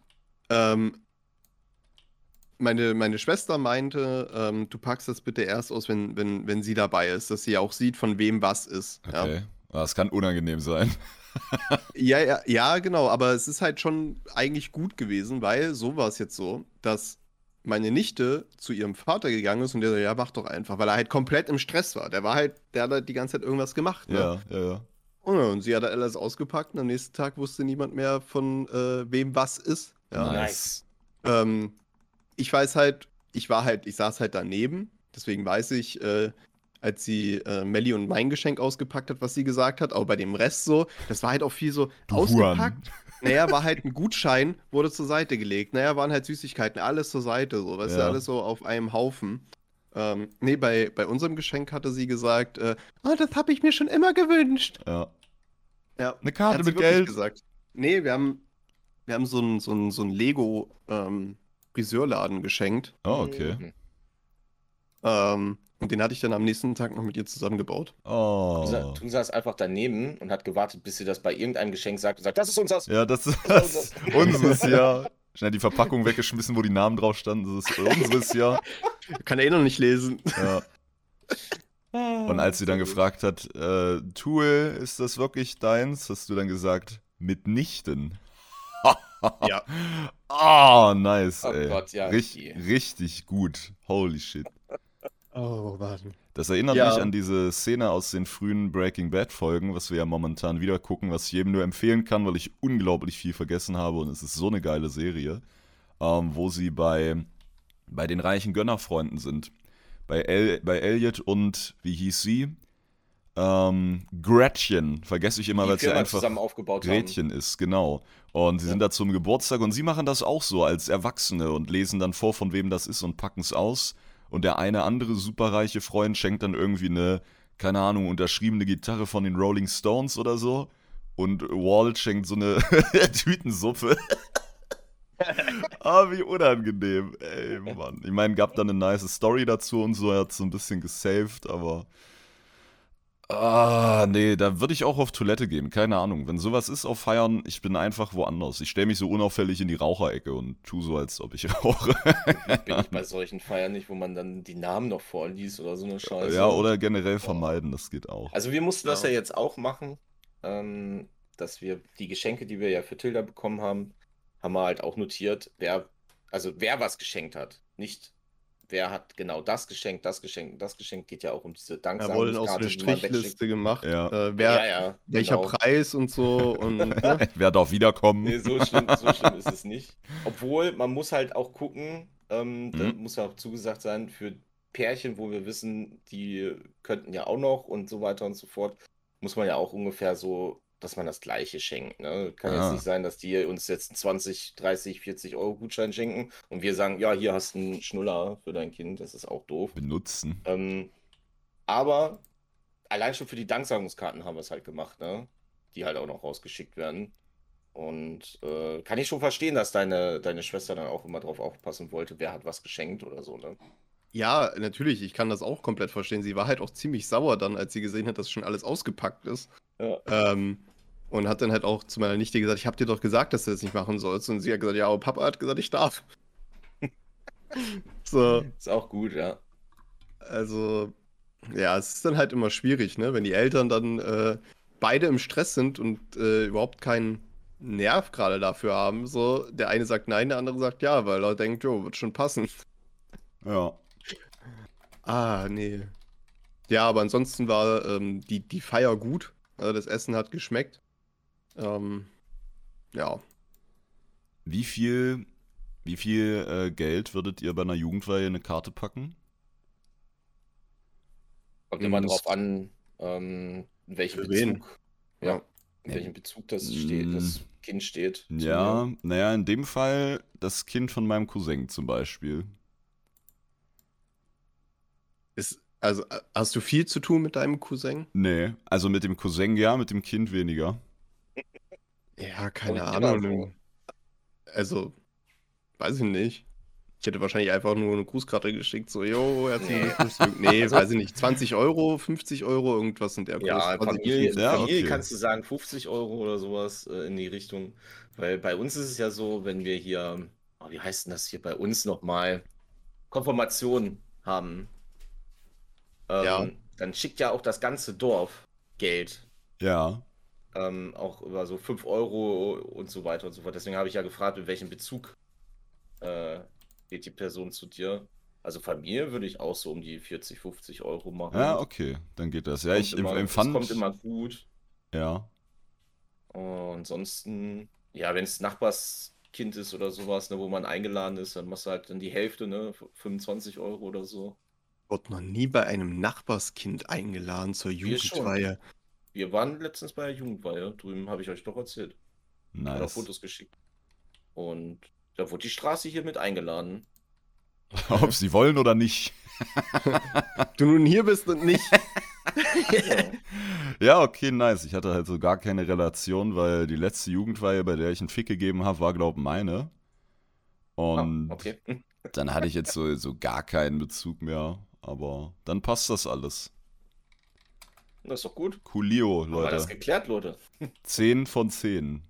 meine Schwester meinte, du packst das bitte erst aus, wenn sie dabei ist, dass sie auch sieht, von wem was ist. Ja. Okay. Das kann unangenehm sein. Ja, genau, aber es ist halt schon eigentlich gut gewesen, weil so war es jetzt so, dass meine Nichte zu ihrem Vater gegangen ist und der so, ja, mach doch einfach, weil er halt komplett im Stress war. Der hat halt die ganze Zeit irgendwas gemacht, ne? Ja, ja, ja. Und sie hat halt alles ausgepackt und am nächsten Tag wusste niemand mehr, von wem was ist. Ja. Nice. Ich weiß halt, ich saß halt daneben, deswegen weiß ich, als sie Melli und mein Geschenk ausgepackt hat, was sie gesagt hat, aber bei dem Rest so, das war halt auch viel so Du ausgepackt. Naja, war halt ein Gutschein, wurde zur Seite gelegt. Naja, waren halt Süßigkeiten, alles zur Seite, so, weißt du, Ja. alles so auf einem Haufen. Nee, bei unserem Geschenk hatte sie gesagt, oh, das habe ich mir schon immer gewünscht. Ja. Ja, Eine Karte hat sie mit wirklich Geld. gesagt. Nee, wir haben so ein Lego Friseurladen geschenkt. Oh, okay. Und den hatte ich dann am nächsten Tag noch mit ihr zusammengebaut. Oh. Du saß einfach daneben und hat gewartet, bis sie das bei irgendeinem Geschenk sagt und sagt, das ist unseres. Ja, das ist Das unseres Jahr. Schnell die Verpackung weggeschmissen, wo die Namen drauf standen. Das ist unseres Jahr. Kann er eh noch nicht lesen. Ja. Und als sie dann gefragt hat, Tool, ist das wirklich deins? Hast du dann gesagt, mitnichten. Ja. Oh, nice, Oh ey. Gott, ja, Richtig gut. Holy shit. Oh, warte. Das erinnert Ja. mich an diese Szene aus den frühen Breaking Bad Folgen, was wir ja momentan wieder gucken, was ich jedem nur empfehlen kann, weil ich unglaublich viel vergessen habe und es ist so eine geile Serie, wo sie bei den reichen Gönnerfreunden sind. Bei Elliot und, wie hieß sie? Gretchen, vergesse ich immer, Die weil sie Firma einfach zusammen aufgebaut Gretchen ist, genau. Und sie sind da zum Geburtstag und sie machen das auch so als Erwachsene und lesen dann vor, von wem das ist und packen es aus. und der eine andere superreiche Freund schenkt dann irgendwie eine, keine Ahnung, unterschriebene Gitarre von den Rolling Stones oder so und Walt schenkt so eine Tütensuppe. Ah, wie unangenehm, ey, Mann. Ich meine, gab dann eine nice Story dazu und so, er hat so ein bisschen gesaved, aber nee, da würde ich auch auf Toilette gehen, keine Ahnung. Wenn sowas ist auf Feiern, ich bin einfach woanders. Ich stelle mich so unauffällig in die Raucherecke und tu so, als ob ich rauche. Bin ich bei solchen Feiern nicht, wo man dann die Namen noch vorliest oder so eine Scheiße. Ja, oder generell vermeiden, das geht auch. Also wir mussten das Ja. ja jetzt auch machen, dass wir die Geschenke, die wir ja für Tilda bekommen haben, haben wir halt auch notiert, wer was geschenkt hat. Nicht, wer hat genau das geschenkt, das geschenkt, das geschenkt, geht ja auch um diese Da wurde auch so Danksagungskarte, eine die man wegschickt. Strichliste gemacht. Ja. Ja, Welcher genau. Preis und so. Und, ne? Wer darf wiederkommen? Nee, so schlimm ist es nicht. Obwohl, man muss halt auch gucken, da muss ja auch zugesagt sein, für Pärchen, wo wir wissen, die könnten ja auch noch und so weiter und so fort, muss man ja auch ungefähr so, dass man das Gleiche schenkt. Ne? Kann jetzt nicht sein, dass die uns jetzt einen 20, 30, 40 Euro Gutschein schenken und wir sagen, ja, hier hast du einen Schnuller für dein Kind, das ist auch doof. Benutzen. Aber allein schon für die Danksagungskarten haben wir es halt gemacht, ne? Die halt auch noch rausgeschickt werden. Und kann ich schon verstehen, dass deine Schwester dann auch immer drauf aufpassen wollte, wer hat was geschenkt oder so, ne? Ja, natürlich, ich kann das auch komplett verstehen. Sie war halt auch ziemlich sauer dann, als sie gesehen hat, dass schon alles ausgepackt ist. Ja. Und hat dann halt auch zu meiner Nichte gesagt, ich hab dir doch gesagt, dass du das nicht machen sollst. Und sie hat gesagt, ja, aber Papa hat gesagt, ich darf. So, Ist auch gut, ja. also, ja, es ist dann halt immer schwierig, ne? Wenn die Eltern dann beide im Stress sind und überhaupt keinen Nerv gerade dafür haben. So, der eine sagt nein, der andere sagt ja, weil er denkt, jo, wird schon passen. Ja. Ah, nee. Ja, aber ansonsten war die Feier gut. Das Essen hat geschmeckt. Ja. Wie viel Geld würdet ihr bei einer Jugendweihe in eine Karte packen? Kommt immer Das- drauf an, in welchem Für wen? Bezug. Ja, in welchem Bezug das Kind steht. zu Ja, mir. naja, in dem Fall das Kind von meinem Cousin zum Beispiel. Also, hast du viel zu tun mit deinem Cousin? Nee, also mit dem Cousin ja, mit dem Kind weniger. Ja, keine Aber immer Ahnung. Also, weiß ich nicht. Ich hätte wahrscheinlich einfach nur eine Grußkarte geschickt, so, jo, herzlichen Nee. Glückwunsch zurück. Nee, Also- weiß ich nicht. 20 Euro, 50 Euro, irgendwas in der Ja, Größe. Familie, Ja, Familie okay. kannst du sagen 50 Euro oder sowas in die Richtung. Weil bei uns ist es ja so, wenn wir hier, wie heißt denn das hier bei uns nochmal, Konfirmation haben, Ja. dann schickt ja auch das ganze Dorf Geld. Ja. Auch über so 5 Euro und so weiter und so fort. Deswegen habe ich ja gefragt, in welchem Bezug geht die Person zu dir. Also Familie würde ich auch so um die 40, 50 Euro machen. Ja, okay, dann geht das. Ja, Kommt ich immer, empfand. es kommt immer gut. Ja. Ansonsten, ja, wenn es Nachbarskind ist oder sowas, ne, wo man eingeladen ist, dann machst du halt dann die Hälfte, ne, 25 Euro oder so. Wurde noch nie bei einem Nachbarskind eingeladen zur Wir schon. Jugendweihe. Wir waren letztens bei der Jugendweihe, drüben habe ich euch doch erzählt. Oder Nice. Fotos geschickt. Und da wurde die Straße hier mit eingeladen. Ob sie wollen oder nicht. Du nun hier bist und nicht. Ja. Ja, okay, nice. Ich hatte halt so gar keine Relation, weil die letzte Jugendweihe, bei der ich einen Fick gegeben habe, war, glaube ich, meine. Und Okay. dann hatte ich jetzt so gar keinen Bezug mehr. Aber dann passt das alles. Das ist doch gut. Coolio, Haben wir das Leute. geklärt, Leute. 10 von 10.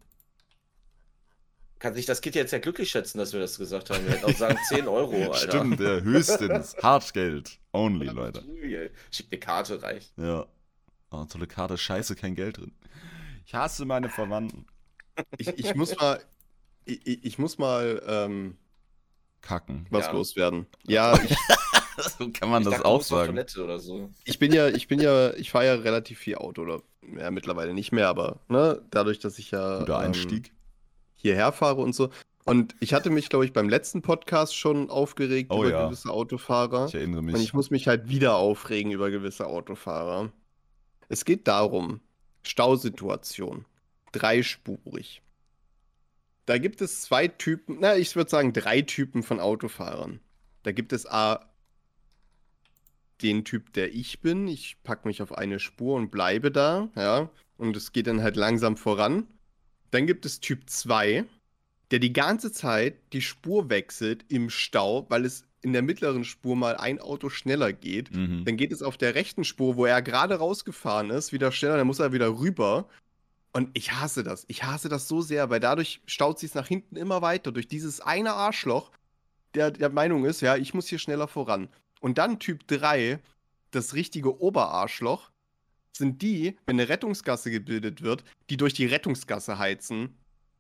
Kann sich das Kind jetzt ja glücklich schätzen, dass wir das gesagt haben. Wir hätten auch sagen 10 Euro, Alter. Stimmt, höchstens. Hartgeld. Only, Leute. Schickt eine Karte, reicht. Ja. Oh, tolle Karte. Scheiße, kein Geld drin. Ich hasse meine Verwandten. Ich muss mal. Ich muss mal Kacken. was Ja. loswerden. Ja, So kann man Ich das dachte, du auch musst auf sagen. Toilette oder so. ich fahre ja relativ viel Auto, oder ja, mittlerweile nicht mehr, aber ne, dadurch, dass ich ja Guter Einstieg. hierher fahre und so. Und ich hatte mich, glaube ich, beim letzten Podcast schon aufgeregt Oh über ja. gewisse Autofahrer. Ich erinnere Und mich. ich muss mich halt wieder aufregen über gewisse Autofahrer. Es geht darum, Stausituation, dreispurig. Da gibt es zwei Typen, ich würde sagen 3 Typen von Autofahrern. Da gibt es A, den Typ, der ich bin. Ich packe mich auf eine Spur und bleibe da, ja. Und es geht dann halt langsam voran. Dann gibt es Typ 2, der die ganze Zeit die Spur wechselt im Stau, weil es in der mittleren Spur mal ein Auto schneller geht. Mhm. Dann geht es auf der rechten Spur, wo er gerade rausgefahren ist, wieder schneller, dann muss er wieder rüber. Und ich hasse das. Ich hasse das so sehr, weil dadurch staut sich nach hinten immer weiter durch dieses eine Arschloch, der Meinung ist, ja, ich muss hier schneller voran. Und dann Typ 3, das richtige Oberarschloch, sind die, wenn eine Rettungsgasse gebildet wird, die durch die Rettungsgasse heizen.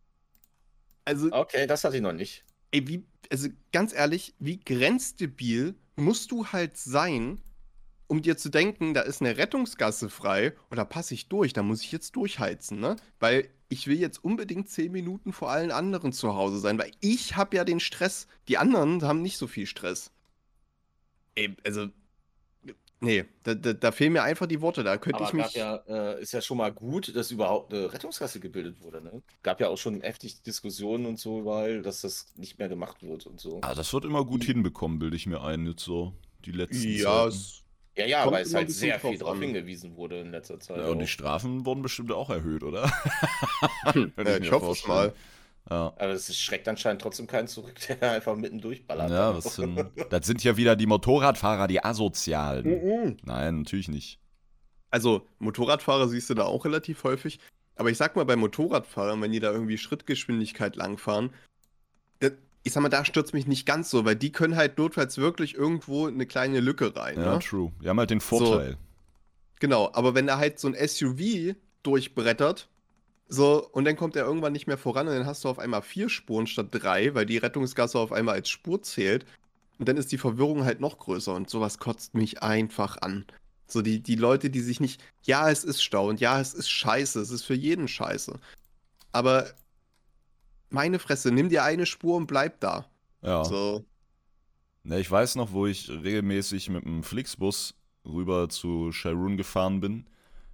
Also, Okay, das hatte ich noch nicht. ey, also ganz ehrlich, wie grenzdebil musst du halt sein, um dir zu denken, da ist eine Rettungsgasse frei und da passe ich durch, da muss ich jetzt durchheizen, ne? Weil ich will jetzt unbedingt 10 Minuten vor allen anderen zu Hause sein, weil ich habe ja den Stress. Die anderen haben nicht so viel Stress. Ey, also, nee, da fehlen mir einfach die Worte, da könnte Aber ich mich... ist ja schon mal gut, dass überhaupt eine Rettungsgasse gebildet wurde, ne? Gab ja auch schon heftig Diskussionen und so, weil dass das nicht mehr gemacht wird und so. Ah, das wird immer gut hinbekommen, bilde ich mir ein, jetzt so die letzten Ja, Zeiten. es Ja, kommt weil es immer ein halt bisschen sehr viel drauf darauf an. hingewiesen wurde in letzter Zeit. Ja, und die auch. Strafen wurden bestimmt auch erhöht, oder? Könnte Ja, mir ich hoffe es vorstellen. mal. Ja. Aber es schreckt anscheinend trotzdem keinen zurück, der einfach mitten durchballert. Ja, das sind ja wieder die Motorradfahrer, die Asozialen. Mhm. Nein, natürlich nicht. Also, Motorradfahrer siehst du da auch relativ häufig. Aber ich sag mal, bei Motorradfahrern, wenn die da irgendwie Schrittgeschwindigkeit langfahren, ich sag mal, da stürzt mich nicht ganz so, weil die können halt notfalls wirklich irgendwo eine kleine Lücke rein, Ja, ne? true. Wir haben halt den Vorteil. Genau, aber wenn da halt so ein SUV durchbrettert, so, und dann kommt er irgendwann nicht mehr voran und dann hast du auf einmal 4 Spuren statt 3, weil die Rettungsgasse auf einmal als Spur zählt. Und dann ist die Verwirrung halt noch größer und sowas kotzt mich einfach an. So die Leute, die sich nicht, ja, es ist Stau und ja, es ist scheiße, es ist für jeden scheiße. Aber meine Fresse, nimm dir eine Spur und bleib da. Ja. So, Ne, ich weiß noch, wo ich regelmäßig mit dem Flixbus rüber zu Sharon gefahren bin.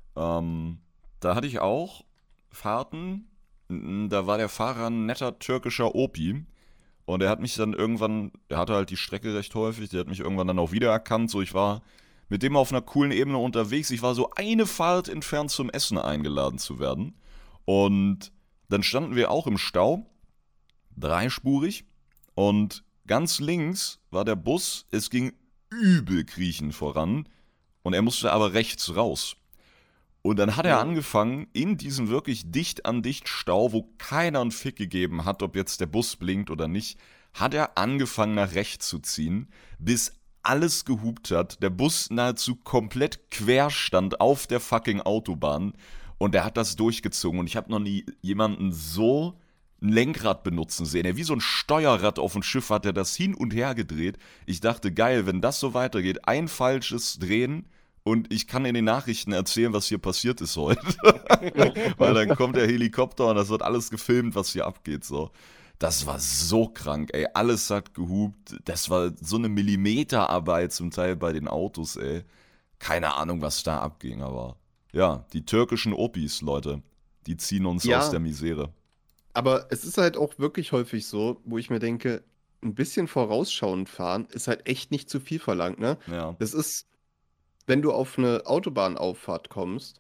Da hatte ich auch Fahrten. Da war der Fahrer ein netter türkischer Opi. Und er hat mich dann irgendwann, er hatte halt die Strecke recht häufig, der hat mich irgendwann dann auch wiedererkannt. So, ich war mit dem auf einer coolen Ebene unterwegs. Ich war so eine Fahrt entfernt zum Essen eingeladen zu werden. Und dann standen wir auch im Stau, dreispurig. Und ganz links war der Bus, es ging übel kriechend voran. Und er musste aber rechts raus. Und dann hat er angefangen, in diesem wirklich dicht an dicht Stau, wo keiner einen Fick gegeben hat, ob jetzt der Bus blinkt oder nicht, hat er angefangen nach rechts zu ziehen, bis alles gehupt hat, der Bus nahezu komplett quer stand auf der fucking Autobahn und er hat das durchgezogen und ich habe noch nie jemanden so ein Lenkrad benutzen sehen. Er wie so ein Steuerrad auf dem Schiff hat er das hin und her gedreht. Ich dachte, geil, wenn das so weitergeht, ein falsches Drehen und ich kann in den Nachrichten erzählen, was hier passiert ist heute. Weil dann kommt der Helikopter und das wird alles gefilmt, was hier abgeht. So. Das war so krank, ey. Alles hat gehupt. Das war so eine Millimeterarbeit zum Teil bei den Autos, ey. Keine Ahnung, was da abging, aber ja, die türkischen Opis, Leute, die ziehen uns Ja. aus der Misere. aber es ist halt auch wirklich häufig so, wo ich mir denke, ein bisschen vorausschauend fahren ist halt echt nicht zu viel verlangt, ne? Ja, Das ist, wenn du auf eine Autobahnauffahrt kommst,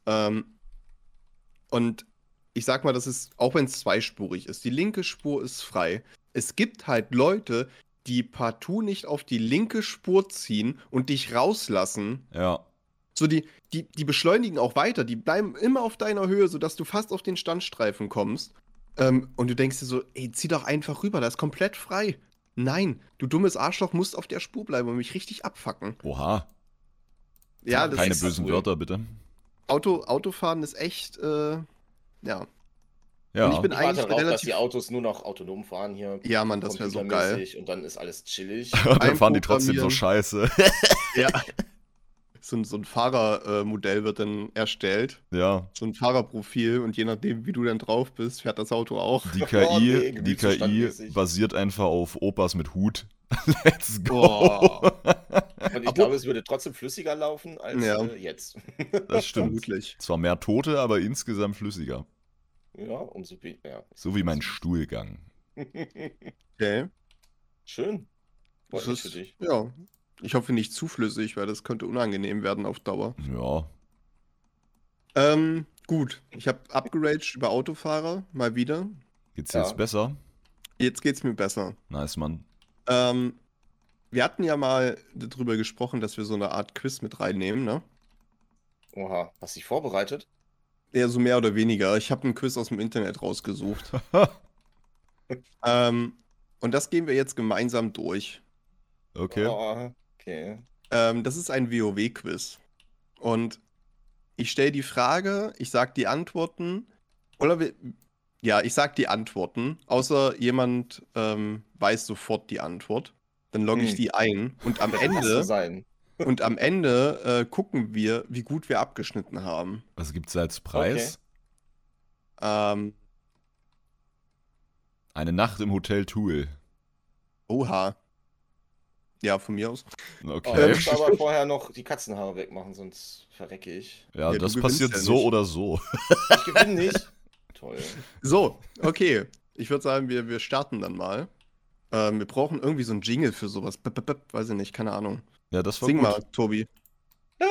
und ich sag mal, das ist, auch wenn es zweispurig ist, die linke Spur ist frei. Es gibt halt Leute, die partout nicht auf die linke Spur ziehen und dich rauslassen. ja. So, die beschleunigen auch weiter, die bleiben immer auf deiner Höhe, sodass du fast auf den Standstreifen kommst. Und du denkst dir so, ey, zieh doch einfach rüber, das ist komplett frei. Nein, du dummes Arschloch musst auf der Spur bleiben und mich richtig abfacken. Oha. Ja, das Keine ist bösen Wörter, bitte. Autofahren ist echt, ja. Ja. Und ich bin Ich warte eigentlich darauf, dass relativ. die Autos nur noch autonom fahren hier. Ja, Mann, das wäre so geil. computermäßig, und dann ist alles chillig. Und dann fahren die trotzdem so Einprogrammieren. scheiße. Ja. So ein Fahrermodell wird dann erstellt. Ja. So ein Fahrerprofil und je nachdem, wie du dann drauf bist, fährt das Auto auch. Die Oh, nee, KI Gemütsverstandmäßig. basiert einfach auf Opas mit Hut. Let's go. Boah, Und ich glaube, es würde trotzdem flüssiger laufen als Ja. jetzt. Das stimmt. vermutlich. Zwar mehr Tote, aber insgesamt flüssiger. Ja, umso ja. So wie mein Stuhlgang. Okay. Schön. Freut Das mich für ist, dich. ja. Ich hoffe nicht zu flüssig, weil das könnte unangenehm werden auf Dauer. Ja. Gut. Ich habe upgraded über Autofahrer, mal wieder. Geht's Ja. jetzt besser? Jetzt geht's mir besser. Nice, Mann. Wir hatten ja mal darüber gesprochen, dass wir so eine Art Quiz mit reinnehmen, ne? Oha, hast du dich vorbereitet? Ja, so mehr oder weniger. Ich habe einen Quiz aus dem Internet rausgesucht. Und das gehen wir jetzt gemeinsam durch. Okay. Oh, okay. Das ist ein WoW-Quiz. Und ich stelle die Frage, ich sag die Antworten. Ja, ich sag die Antworten, außer jemand weiß sofort die Antwort. Dann logge ich die ein. Und am Lass so Ende, sein. gucken wir, wie gut wir abgeschnitten haben. Was gibt's als Preis? Ähm, Eine Nacht im Hotel Tool. Oha. Ja, von mir aus. Oh, Okay. ich muss aber vorher noch die Katzenhaare wegmachen, sonst verrecke ich. Ja, Ja, das du gewinnst passiert ja so nicht. oder so. Ich gewinne nicht. Toll. So, okay. Ich würde sagen, wir starten dann mal. Wir brauchen irgendwie so einen Jingle für sowas. Weiß ich nicht, keine Ahnung. Ja, das war Sing gut. mal, Tobi. Das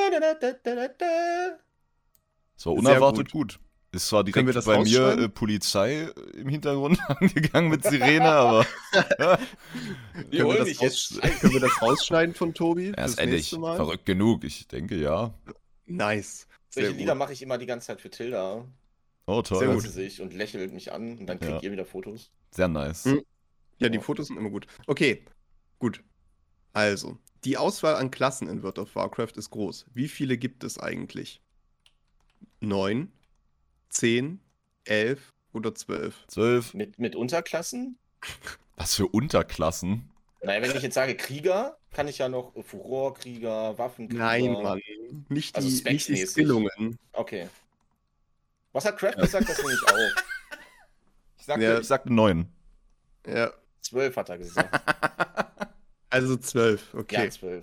war Sehr unerwartet gut. Ist zwar Können wir direkt das bei mir rausschneiden? Polizei im Hintergrund angegangen mit Sirene, aber Wir holen dich Können wir das rausschneiden von Tobi? er ist fürs endlich nächste Mal? verrückt genug. Ich denke, ja. Nice. Solche Sehr Lieder gut. mache ich immer die ganze Zeit für Tilda. Oh, Sehr toll. gut. Sie sich und lächelt mich an und dann kriegt Ja. ihr wieder Fotos. Sehr nice. Hm. Ja, die Fotos sind immer gut. Okay, gut. Also, die Auswahl an Klassen in World of Warcraft ist groß. Wie viele gibt es eigentlich? 9, 10, 11 oder 12? 12. Mit Unterklassen? Was für Unterklassen? Naja, wenn ich jetzt sage Krieger, kann ich ja noch Furorkrieger, Waffenkrieger. Nein, Mann. Nicht Also die, nicht die specsmäßig. Skillungen. Okay. Was hat Craft gesagt? Das nehme ich auch. Ich sagte 9. Ja, 12 hat er gesagt. also 12. Okay, Ja, 12.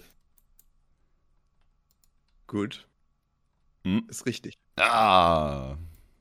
gut. Hm. Ist richtig. Ah.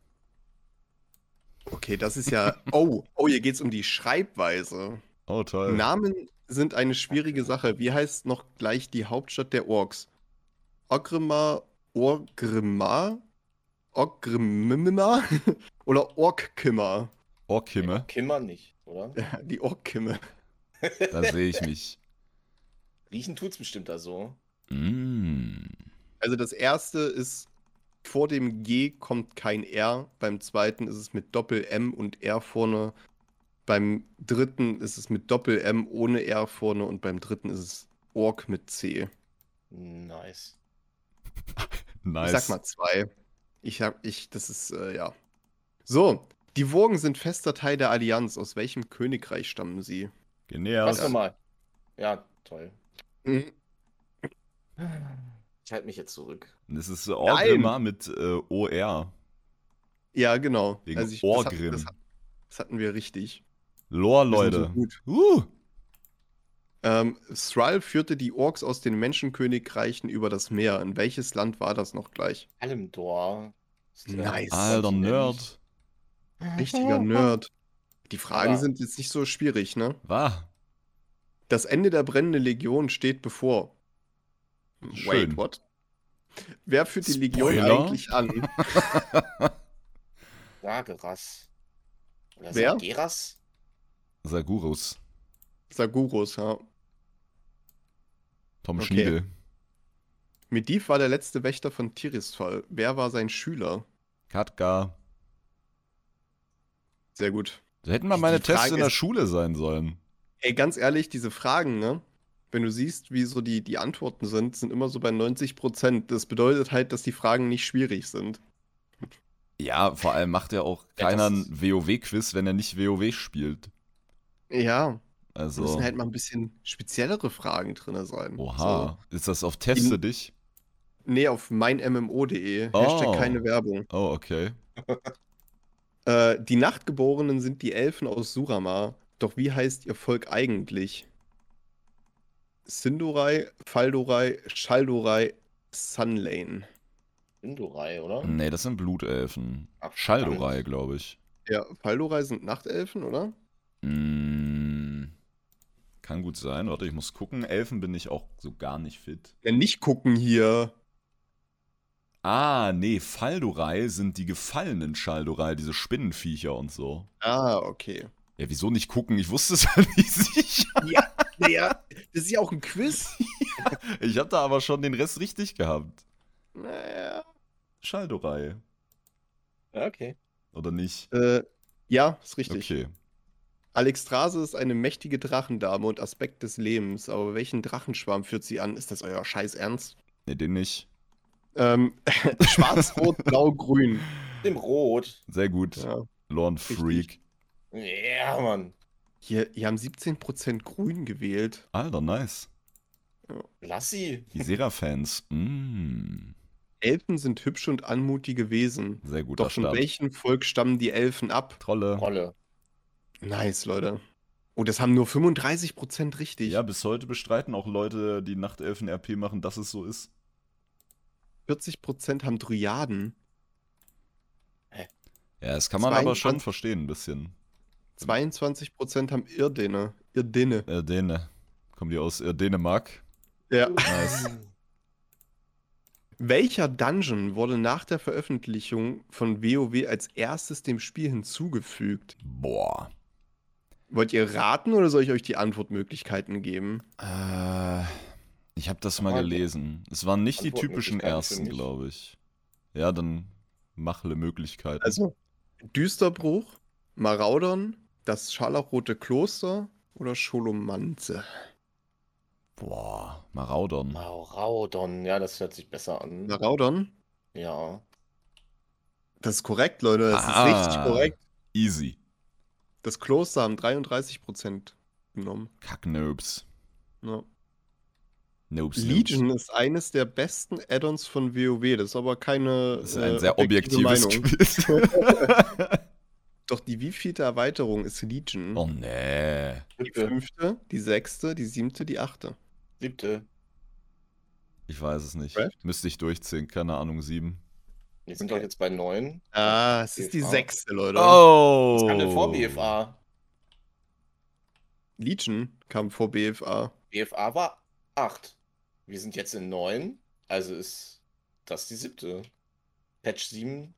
Okay, das ist ja. Oh, hier geht es um die Schreibweise. Oh, toll. Namen sind eine schwierige Sache. Wie heißt noch gleich die Hauptstadt der Orks? Orgrimmar, Orgrimmar, Orgrimmar oder Orkkimmer? Orkimme. Kimmer nicht, oder? Ja, die Orkkimme. Da sehe ich mich. Riechen tut's bestimmt da so. Mm. Also das erste ist, vor dem G kommt kein R. Beim zweiten ist es mit Doppel-M und R vorne. Beim dritten ist es mit Doppel-M ohne R vorne. Und beim dritten ist es Ork mit C. Nice. Nice. Ich sag mal 2. Das ist, ja. So, die Wurgen sind fester Teil der Allianz. Aus welchem Königreich stammen sie? Genial. Was nochmal? Ja, toll. Mhm. Ich halte mich jetzt zurück. Das ist Orgrimmar mit OR. Ja, genau. Wegen das Orgrim. Das hatten wir richtig. Lore, Wir sind so Leute. gut. Thrall führte die Orks aus den Menschenkönigreichen über das Meer. In welches Land war das noch gleich? Alimdor. Ist klar. Nice. Alter Nerd. Richtiger Nerd. Die Fragen Aber- sind jetzt nicht so schwierig, ne? War. Das Ende der brennenden Legion steht bevor. Schön. Wait, what? Wer führt die Legion Spoiler? eigentlich an? Sageras. Oder Wer? Sageras? Sagurus. Sagurus, ja. Tom Okay. Schniegel. Medivh war der letzte Wächter von Tirisfal. Wer war sein Schüler? Katka. Sehr gut. Da hätten mal Die meine Frage Tests in der ist- Schule sein sollen. Ey, ganz ehrlich, diese Fragen, ne? Wenn du siehst, wie so die Antworten sind immer so bei 90%. Das bedeutet halt, dass die Fragen nicht schwierig sind. Ja, vor allem macht ja auch Ja, keiner das ein WoW-Quiz, wenn er nicht WoW spielt. Ja, da Also, müssen halt mal ein bisschen speziellere Fragen drin sein. oha. Ist das auf Teste dich? So. Nee, auf meinmmo.de. Oh. Hashtag keine Werbung. Oh, okay. Die Nachtgeborenen sind die Elfen aus Suramar. Doch wie heißt ihr Volk eigentlich? Sindorai, Faldorai, Shaldorai, Sunlane. Indorai, oder? Nee, das sind Blutelfen. Ach, Schaldorai, glaube ich. Ja, Faldorai sind Nachtelfen, oder? Mm, Kann gut sein. Warte, ich muss gucken. Elfen bin ich auch so gar nicht fit. Ja, nicht gucken hier. Ah, nee, Faldurai sind die gefallenen Schaldurai, diese Spinnenviecher und so. Ah, okay. Ja, wieso nicht gucken? Ich wusste es halt nicht sicher. Ja, naja, das ist ja auch ein Quiz. Ich hab da aber schon den Rest richtig gehabt. Naja. Schaldurai. Ja, okay. Oder nicht? Ja, ist richtig. Okay. Alexstrasza ist eine mächtige Drachendame und Aspekt des Lebens. Aber welchen Drachenschwarm führt sie an? Ist das euer Scheiß Ernst? Nee, den nicht. Schwarz, Rot, Blau, Grün. Dem Rot. Sehr gut. Ja. Lorn Freak. Ja, Mann. Hier haben 17% Grün gewählt. Alter, nice. Lass sie. Die Sera-Fans. Elfen sind hübsche und anmutige Wesen. Sehr guter Doch von Start. welchem Volk stammen die Elfen ab? Trolle. Rolle. Nice, Leute. Oh, das haben nur 35% richtig. Ja, bis heute bestreiten auch Leute, die Nachtelfen RP machen, dass es so ist. 40% haben Dryaden. Ja, das kann man aber schon 22. verstehen, ein bisschen. 22% haben Irdene. Irdene. Däne. Kommen die aus Dänemark? Ja. Nice. Welcher Dungeon wurde nach der Veröffentlichung von WoW als erstes dem Spiel hinzugefügt? Boah. Wollt ihr raten oder soll ich euch die Antwortmöglichkeiten geben? Ich habe das mal gelesen. Es waren nicht die typischen Antwortmöglichkeiten für ersten, mich. glaube ich. Ja, dann machle Möglichkeiten. Also, Düsterbruch, Maraudern, das scharlachrote Kloster oder Scholomantze? Boah, Maraudern. Maraudon. Ja, das hört sich besser an. Maraudern? Ja. Das ist korrekt, Leute. Das ist Ah. richtig korrekt. Easy. Das Kloster haben 33% genommen. Kacknobs. Ja. Nobs. Legion ist eines der besten Add-ons von WoW. Das ist aber keine Das ist ein sehr objektives Meinung. Quiz. Doch die wievielte Erweiterung ist Legion? Oh nee. Die 5., die 6., die 7., die 8. 7. Ich weiß es nicht. Craft? Müsste ich durchziehen, keine Ahnung, 7. Wir sind doch jetzt bei 9. Ah, es ist die BFA. 6., Leute. Oh! Was kam denn vor BFA? Legion kam vor BFA. BFA war 8. Wir sind jetzt in 9. Also ist das die 7. Patch 7.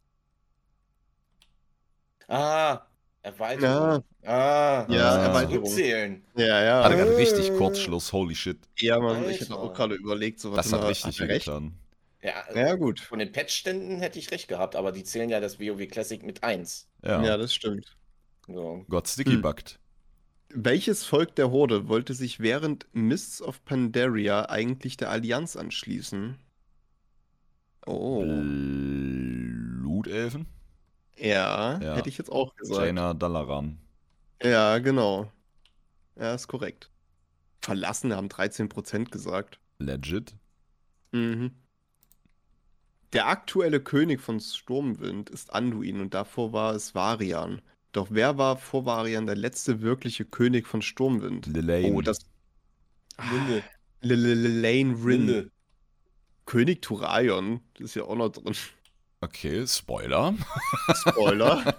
Ah, Erweiterung. Ja, Erweiterung. Erweiterung. Zählen. Ja, ja. Hatte gerade richtig Kurzschluss, holy shit. Ja, Mann, ich Alter. hatte auch gerade überlegt, so Das hat richtig er recht? wehgetan. Ja, Ja, gut. von den Patch-Ständen hätte ich recht gehabt, aber die zählen ja das WoW Classic mit 1. Ja. Ja, das stimmt. So. Gott sticky buckt. Welches Volk der Horde wollte sich während Mists of Pandaria eigentlich der Allianz anschließen? Oh. Blutelfen? Ja, Ja. hätte ich jetzt auch gesagt. Jaina Dalaran. Ja, genau. Ja, ist korrekt. Verlassene haben 13% gesagt. Legit. Mhm. Der aktuelle König von Sturmwind ist Anduin und davor war es Varian. Doch wer war vor Varian der letzte wirkliche König von Sturmwind? Lilane. Oh, das. Linde. Lane Rin. Linde. König Turaion. Das ist ja auch noch drin. Okay, Spoiler. Spoiler.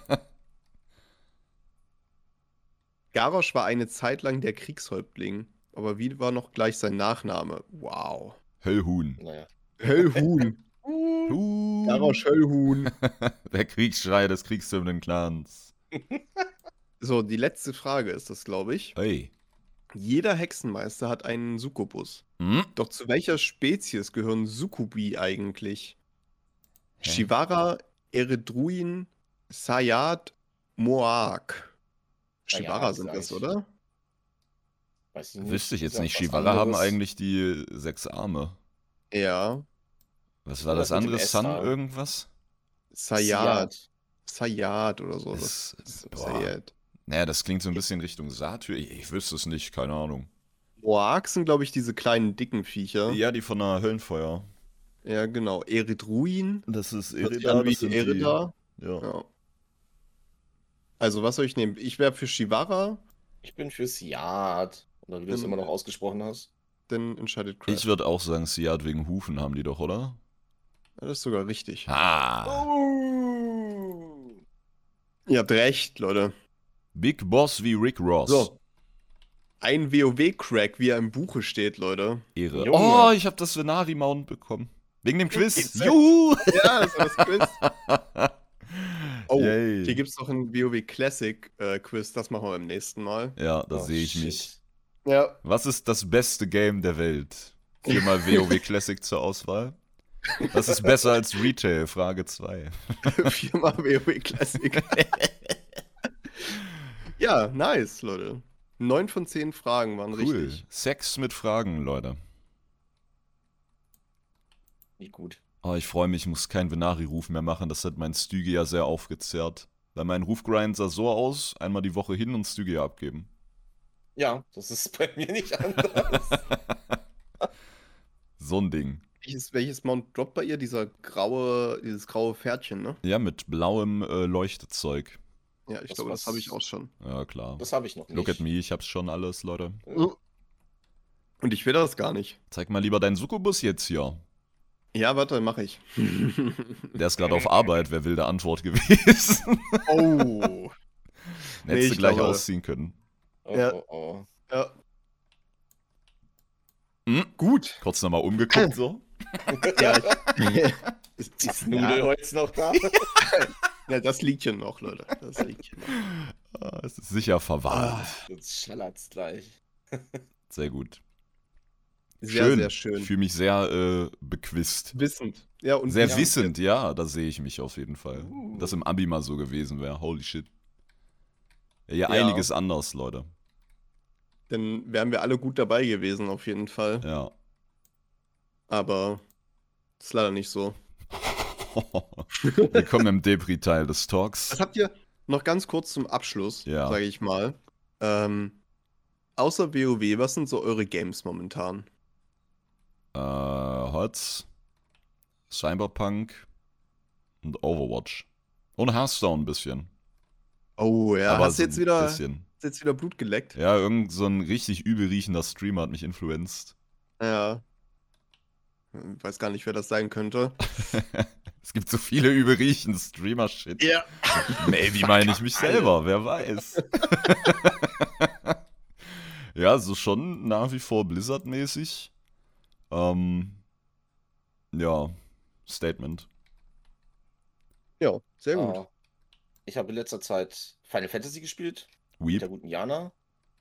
Garrosh war eine Zeit lang der Kriegshäuptling. Aber wie war noch gleich sein Nachname? Wow. Höllhuhn. Naja. Höllhuhn. Huhn. Garrosh Höllhuhn. Der Kriegsschrei des kriegshymnen Clans. So, die letzte Frage ist das, glaube ich. Hey. Jeder Hexenmeister hat einen Succubus. Hm? Doch zu welcher Spezies gehören Succubi eigentlich? Hä? Shivara, Eredruin, Sayat, Moak. Sayat, Shivara sind sag das, ich. oder? Weiß ich nicht. Wüsste ich jetzt Ist ja nicht. was Shivara haben anderes. eigentlich die 6 Arme. Ja. Was war Was das mit dem andere? S Sun da? irgendwas? Sayat. Sayat oder so. Ist- boah. Sayat. Naja, das klingt so ein bisschen Richtung Satyr. Ich wüsste es nicht, keine Ahnung. Moak sind, glaube ich, diese kleinen, dicken Viecher. Ja, die von der Höllenfeuer. Ja, genau. Eredruin. Das ist Hört sich an wie die Erida. Ja. Ja. Also, was soll ich nehmen? Ich wäre für Shivara, Ich bin für Siad. Oder wie du es immer noch ausgesprochen hast. dann entscheidet Craft. Ich würde auch sagen, Siad wegen Hufen haben die doch, oder? Ja, das ist sogar richtig. Ah. Ihr habt recht, Leute. Big Boss wie Rick Ross. So. Ein WoW-Crack, wie er im Buche steht, Leute. Ehre. Junge. Oh, ich habe das Venari-Mount bekommen. Wegen dem Quiz. Exakt. Juhu! Ja, das war das Quiz. Oh, Yay. hier gibt es noch ein WoW Classic Quiz, das machen wir beim nächsten Mal. Ja, da Oh, sehe ich shit. mich. Ja, Was ist das beste Game der Welt? 4-mal WoW Classic zur Auswahl. Was ist besser als Retail? Frage 2. 4-mal WoW Classic. Ja, nice, Leute. 9 von 10 Fragen waren Cool. richtig. Sex mit Fragen, Leute. Nicht gut. Oh, ich freue mich, ich muss keinen Venari-Ruf mehr machen. Das hat mein Stygia ja sehr aufgezehrt. Weil mein Rufgrind sah so aus, einmal die Woche hin und Stygia abgeben. Ja, das ist bei mir nicht anders. So ein Ding. Welches Mount droppt bei ihr? Dieses graue Pferdchen, ne? Ja, mit blauem Leuchtezeug. Ja, ich Das glaube, das was- habe ich auch schon. Ja, klar. Das habe ich noch nicht. Look at me, ich hab's schon alles, Leute. Und ich will das gar nicht. Zeig mal lieber deinen Succubus jetzt hier. Ja, warte, mache ich. Der ist gerade auf Arbeit, wer will der Antwort gewesen? Oh. Hättest du ich gleich glaube- ausziehen können. Oh, Ja. oh, oh. Ja. Hm? Gut. Kurz nochmal umgeguckt so. Ja, ist, Ist ja, Nudelholz noch da? ja, das liegt hier noch, Leute. Das liegt hier noch. Ah, es ist sicher verwahrt. Ah, Jetzt schallert's gleich. Sehr gut. sehr, sehr schön. Ich fühle mich sehr bequist. Wissend. Ja, und Sehr ja, wissend, ja, da sehe ich mich auf jeden Fall. Uh. Wenn das im Abi mal so gewesen wäre, holy shit. Ja, Ja. einiges anders, Leute. Dann wären wir alle gut dabei gewesen, auf jeden Fall. Ja. Aber ist leider nicht so. Willkommen im Depri-Teil des Talks. Was habt ihr noch ganz kurz zum Abschluss, Ja. sage ich mal? Außer WoW, was sind so eure Games momentan? Hots, Cyberpunk und Overwatch. Und Hearthstone ein bisschen. Oh ja, Aber hast so du ein bisschen. jetzt wieder Blut geleckt? Ja, irgend so ein richtig übel riechender Streamer hat mich influenced. Ja. Weiß gar nicht, wer das sein könnte. Es gibt so viele übel riechende Streamer-Shit. Ja. Maybe meine ich mich selber, wer weiß. Ja, so schon nach wie vor Blizzard-mäßig. Ja, Statement. Ja, sehr gut. Ah, ich habe in letzter Zeit Final Fantasy gespielt. Mit der Weep. guten Jana.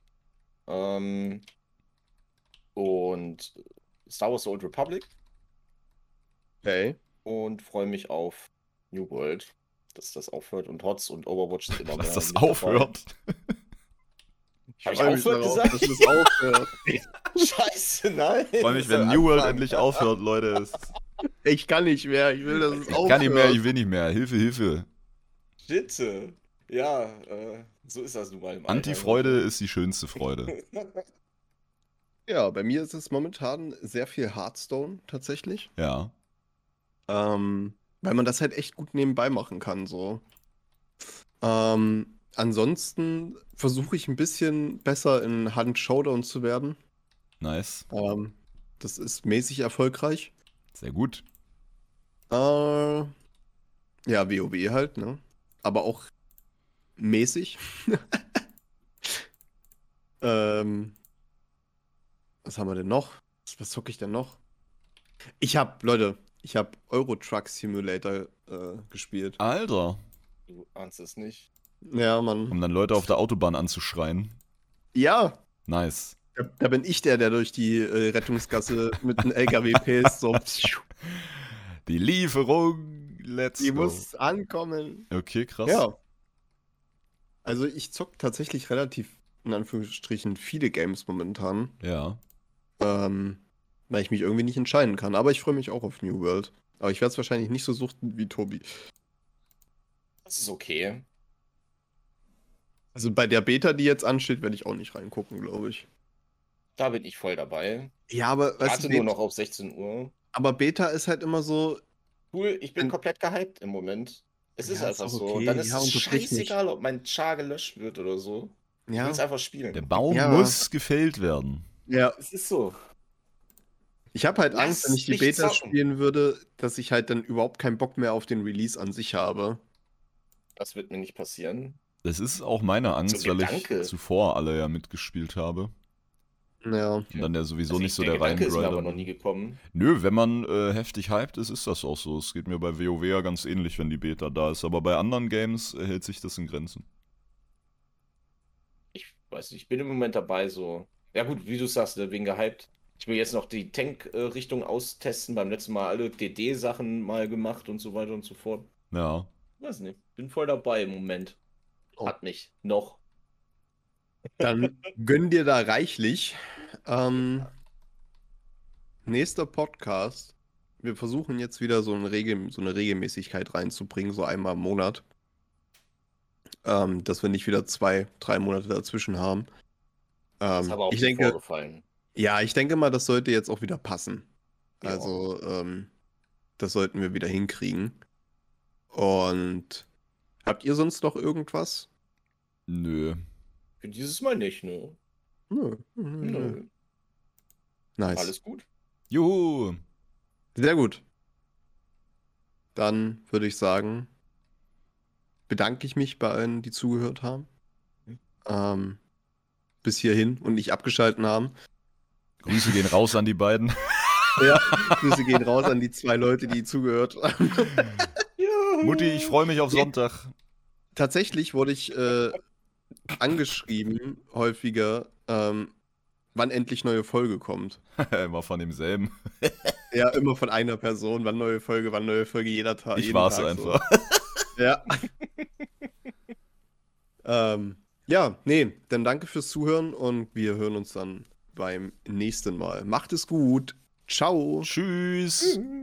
Und Star Wars The Old Republic. Okay. Und freue mich auf New World. Dass das aufhört. Und HOTS und Overwatch sind immer mehr. Dass das mit dabei. aufhört. Hab ich freu mich aufhört darauf, gesagt? dass es aufhört. Scheiße, nein. Ich freue mich, wenn Das New World Anfang. endlich aufhört, Leute. Ich kann nicht mehr. Ich will, dass es Ich aufhört. kann nicht mehr, ich will nicht mehr. Hilfe, Hilfe. Shit. Ja, so ist das nun mal im Alter. Antifreude ist die schönste Freude. Ja, bei mir ist es momentan sehr viel Hearthstone tatsächlich. Ja. Weil man das halt echt gut nebenbei machen kann, so. Ansonsten versuche ich ein bisschen besser in Hand Showdown zu werden. Nice. Das ist mäßig erfolgreich. Sehr gut. Ja, WoW halt, ne? Aber auch mäßig. Was haben wir denn noch? Was zocke ich denn noch? Leute, ich habe Euro Truck Simulator gespielt. Alter. Du ahnst es nicht. Ja, Mann. Um dann Leute auf der Autobahn anzuschreien. Ja, Nice. da bin ich der durch die Rettungsgasse mit einem LKW päst. So. Die Lieferung. Let's Die go. muss ankommen. Okay, krass. Ja. Also ich zock tatsächlich relativ, in Anführungsstrichen, viele Games momentan. Ja. Weil ich mich irgendwie nicht entscheiden kann. Aber ich freue mich auch auf New World. Aber ich werde es wahrscheinlich nicht so suchten wie Tobi. Das ist okay. Also bei der Beta, die jetzt ansteht, werde ich auch nicht reingucken, glaube ich. Da bin ich voll dabei. Ja, aber weißt Warte du, nur noch auf 16 Uhr. aber Beta ist halt immer so, Cool, ich bin Dann- komplett gehypt im Moment. Es ist Ja, ist einfach auch so. okay. Und dann ist Ja, es unterbrich mich. scheißegal, ob mein Char gelöscht wird oder so. Ich ja, will es einfach spielen. Der Baum Ja. muss gefällt werden. ja. Es ist so. Ich habe halt Lass Angst, wenn ich die mich Beta zocken. spielen würde, dass ich halt dann überhaupt keinen Bock mehr auf den Release an sich habe. Das wird mir nicht passieren. Das ist auch meine Angst, So weil ich Gedanke. zuvor alle ja mitgespielt habe. Ja. Und dann ja sowieso Also nicht so der der Gedanke ist mir aber Reingrinder. noch nie gekommen. Nö, wenn man heftig hyped ist, ist das auch so. Es geht mir bei WoW ja ganz ähnlich, wenn die Beta da ist. Aber bei anderen Games hält sich das in Grenzen. Ich weiß nicht, ich bin im Moment dabei so. Ja gut, wie du sagst, ne, wegen gehypt. Ich will jetzt noch die Tank-Richtung austesten. Beim letzten Mal alle DD-Sachen mal gemacht und so weiter und so fort. Ja. Weiß nicht, bin voll dabei im Moment. Oh. Hat mich noch. Dann gönn dir da reichlich. Nächster Podcast. Wir versuchen jetzt wieder so eine Regelmäßigkeit reinzubringen, so einmal im Monat. Dass wir nicht wieder 2-3 Monate dazwischen haben. Das ist aber auch ich schon denke, vorgefallen. ja, ich denke mal, das sollte jetzt auch wieder passen. Ja. Also, das sollten wir wieder hinkriegen. Und habt ihr sonst noch irgendwas? Nö. Für dieses Mal nicht, ne? Nö. Nö. Nice. Alles gut. Juhu. Sehr gut. Dann würde ich sagen, bedanke ich mich bei allen, die zugehört haben. Bis hierhin und nicht abgeschalten haben. Grüße gehen raus an die beiden. Ja, Grüße gehen raus an die 2 Leute, die zugehört haben. Mutti, ich freue mich auf Sonntag. Tatsächlich wurde ich angeschrieben häufiger, wann endlich neue Folge kommt. Immer von demselben. Ja, immer von einer Person, wann neue Folge, jeder Tag. Ich jeden war's Tag einfach. So. Ja. Ja, nee, dann danke fürs Zuhören und wir hören uns dann beim nächsten Mal. Macht es gut. Ciao. Tschüss.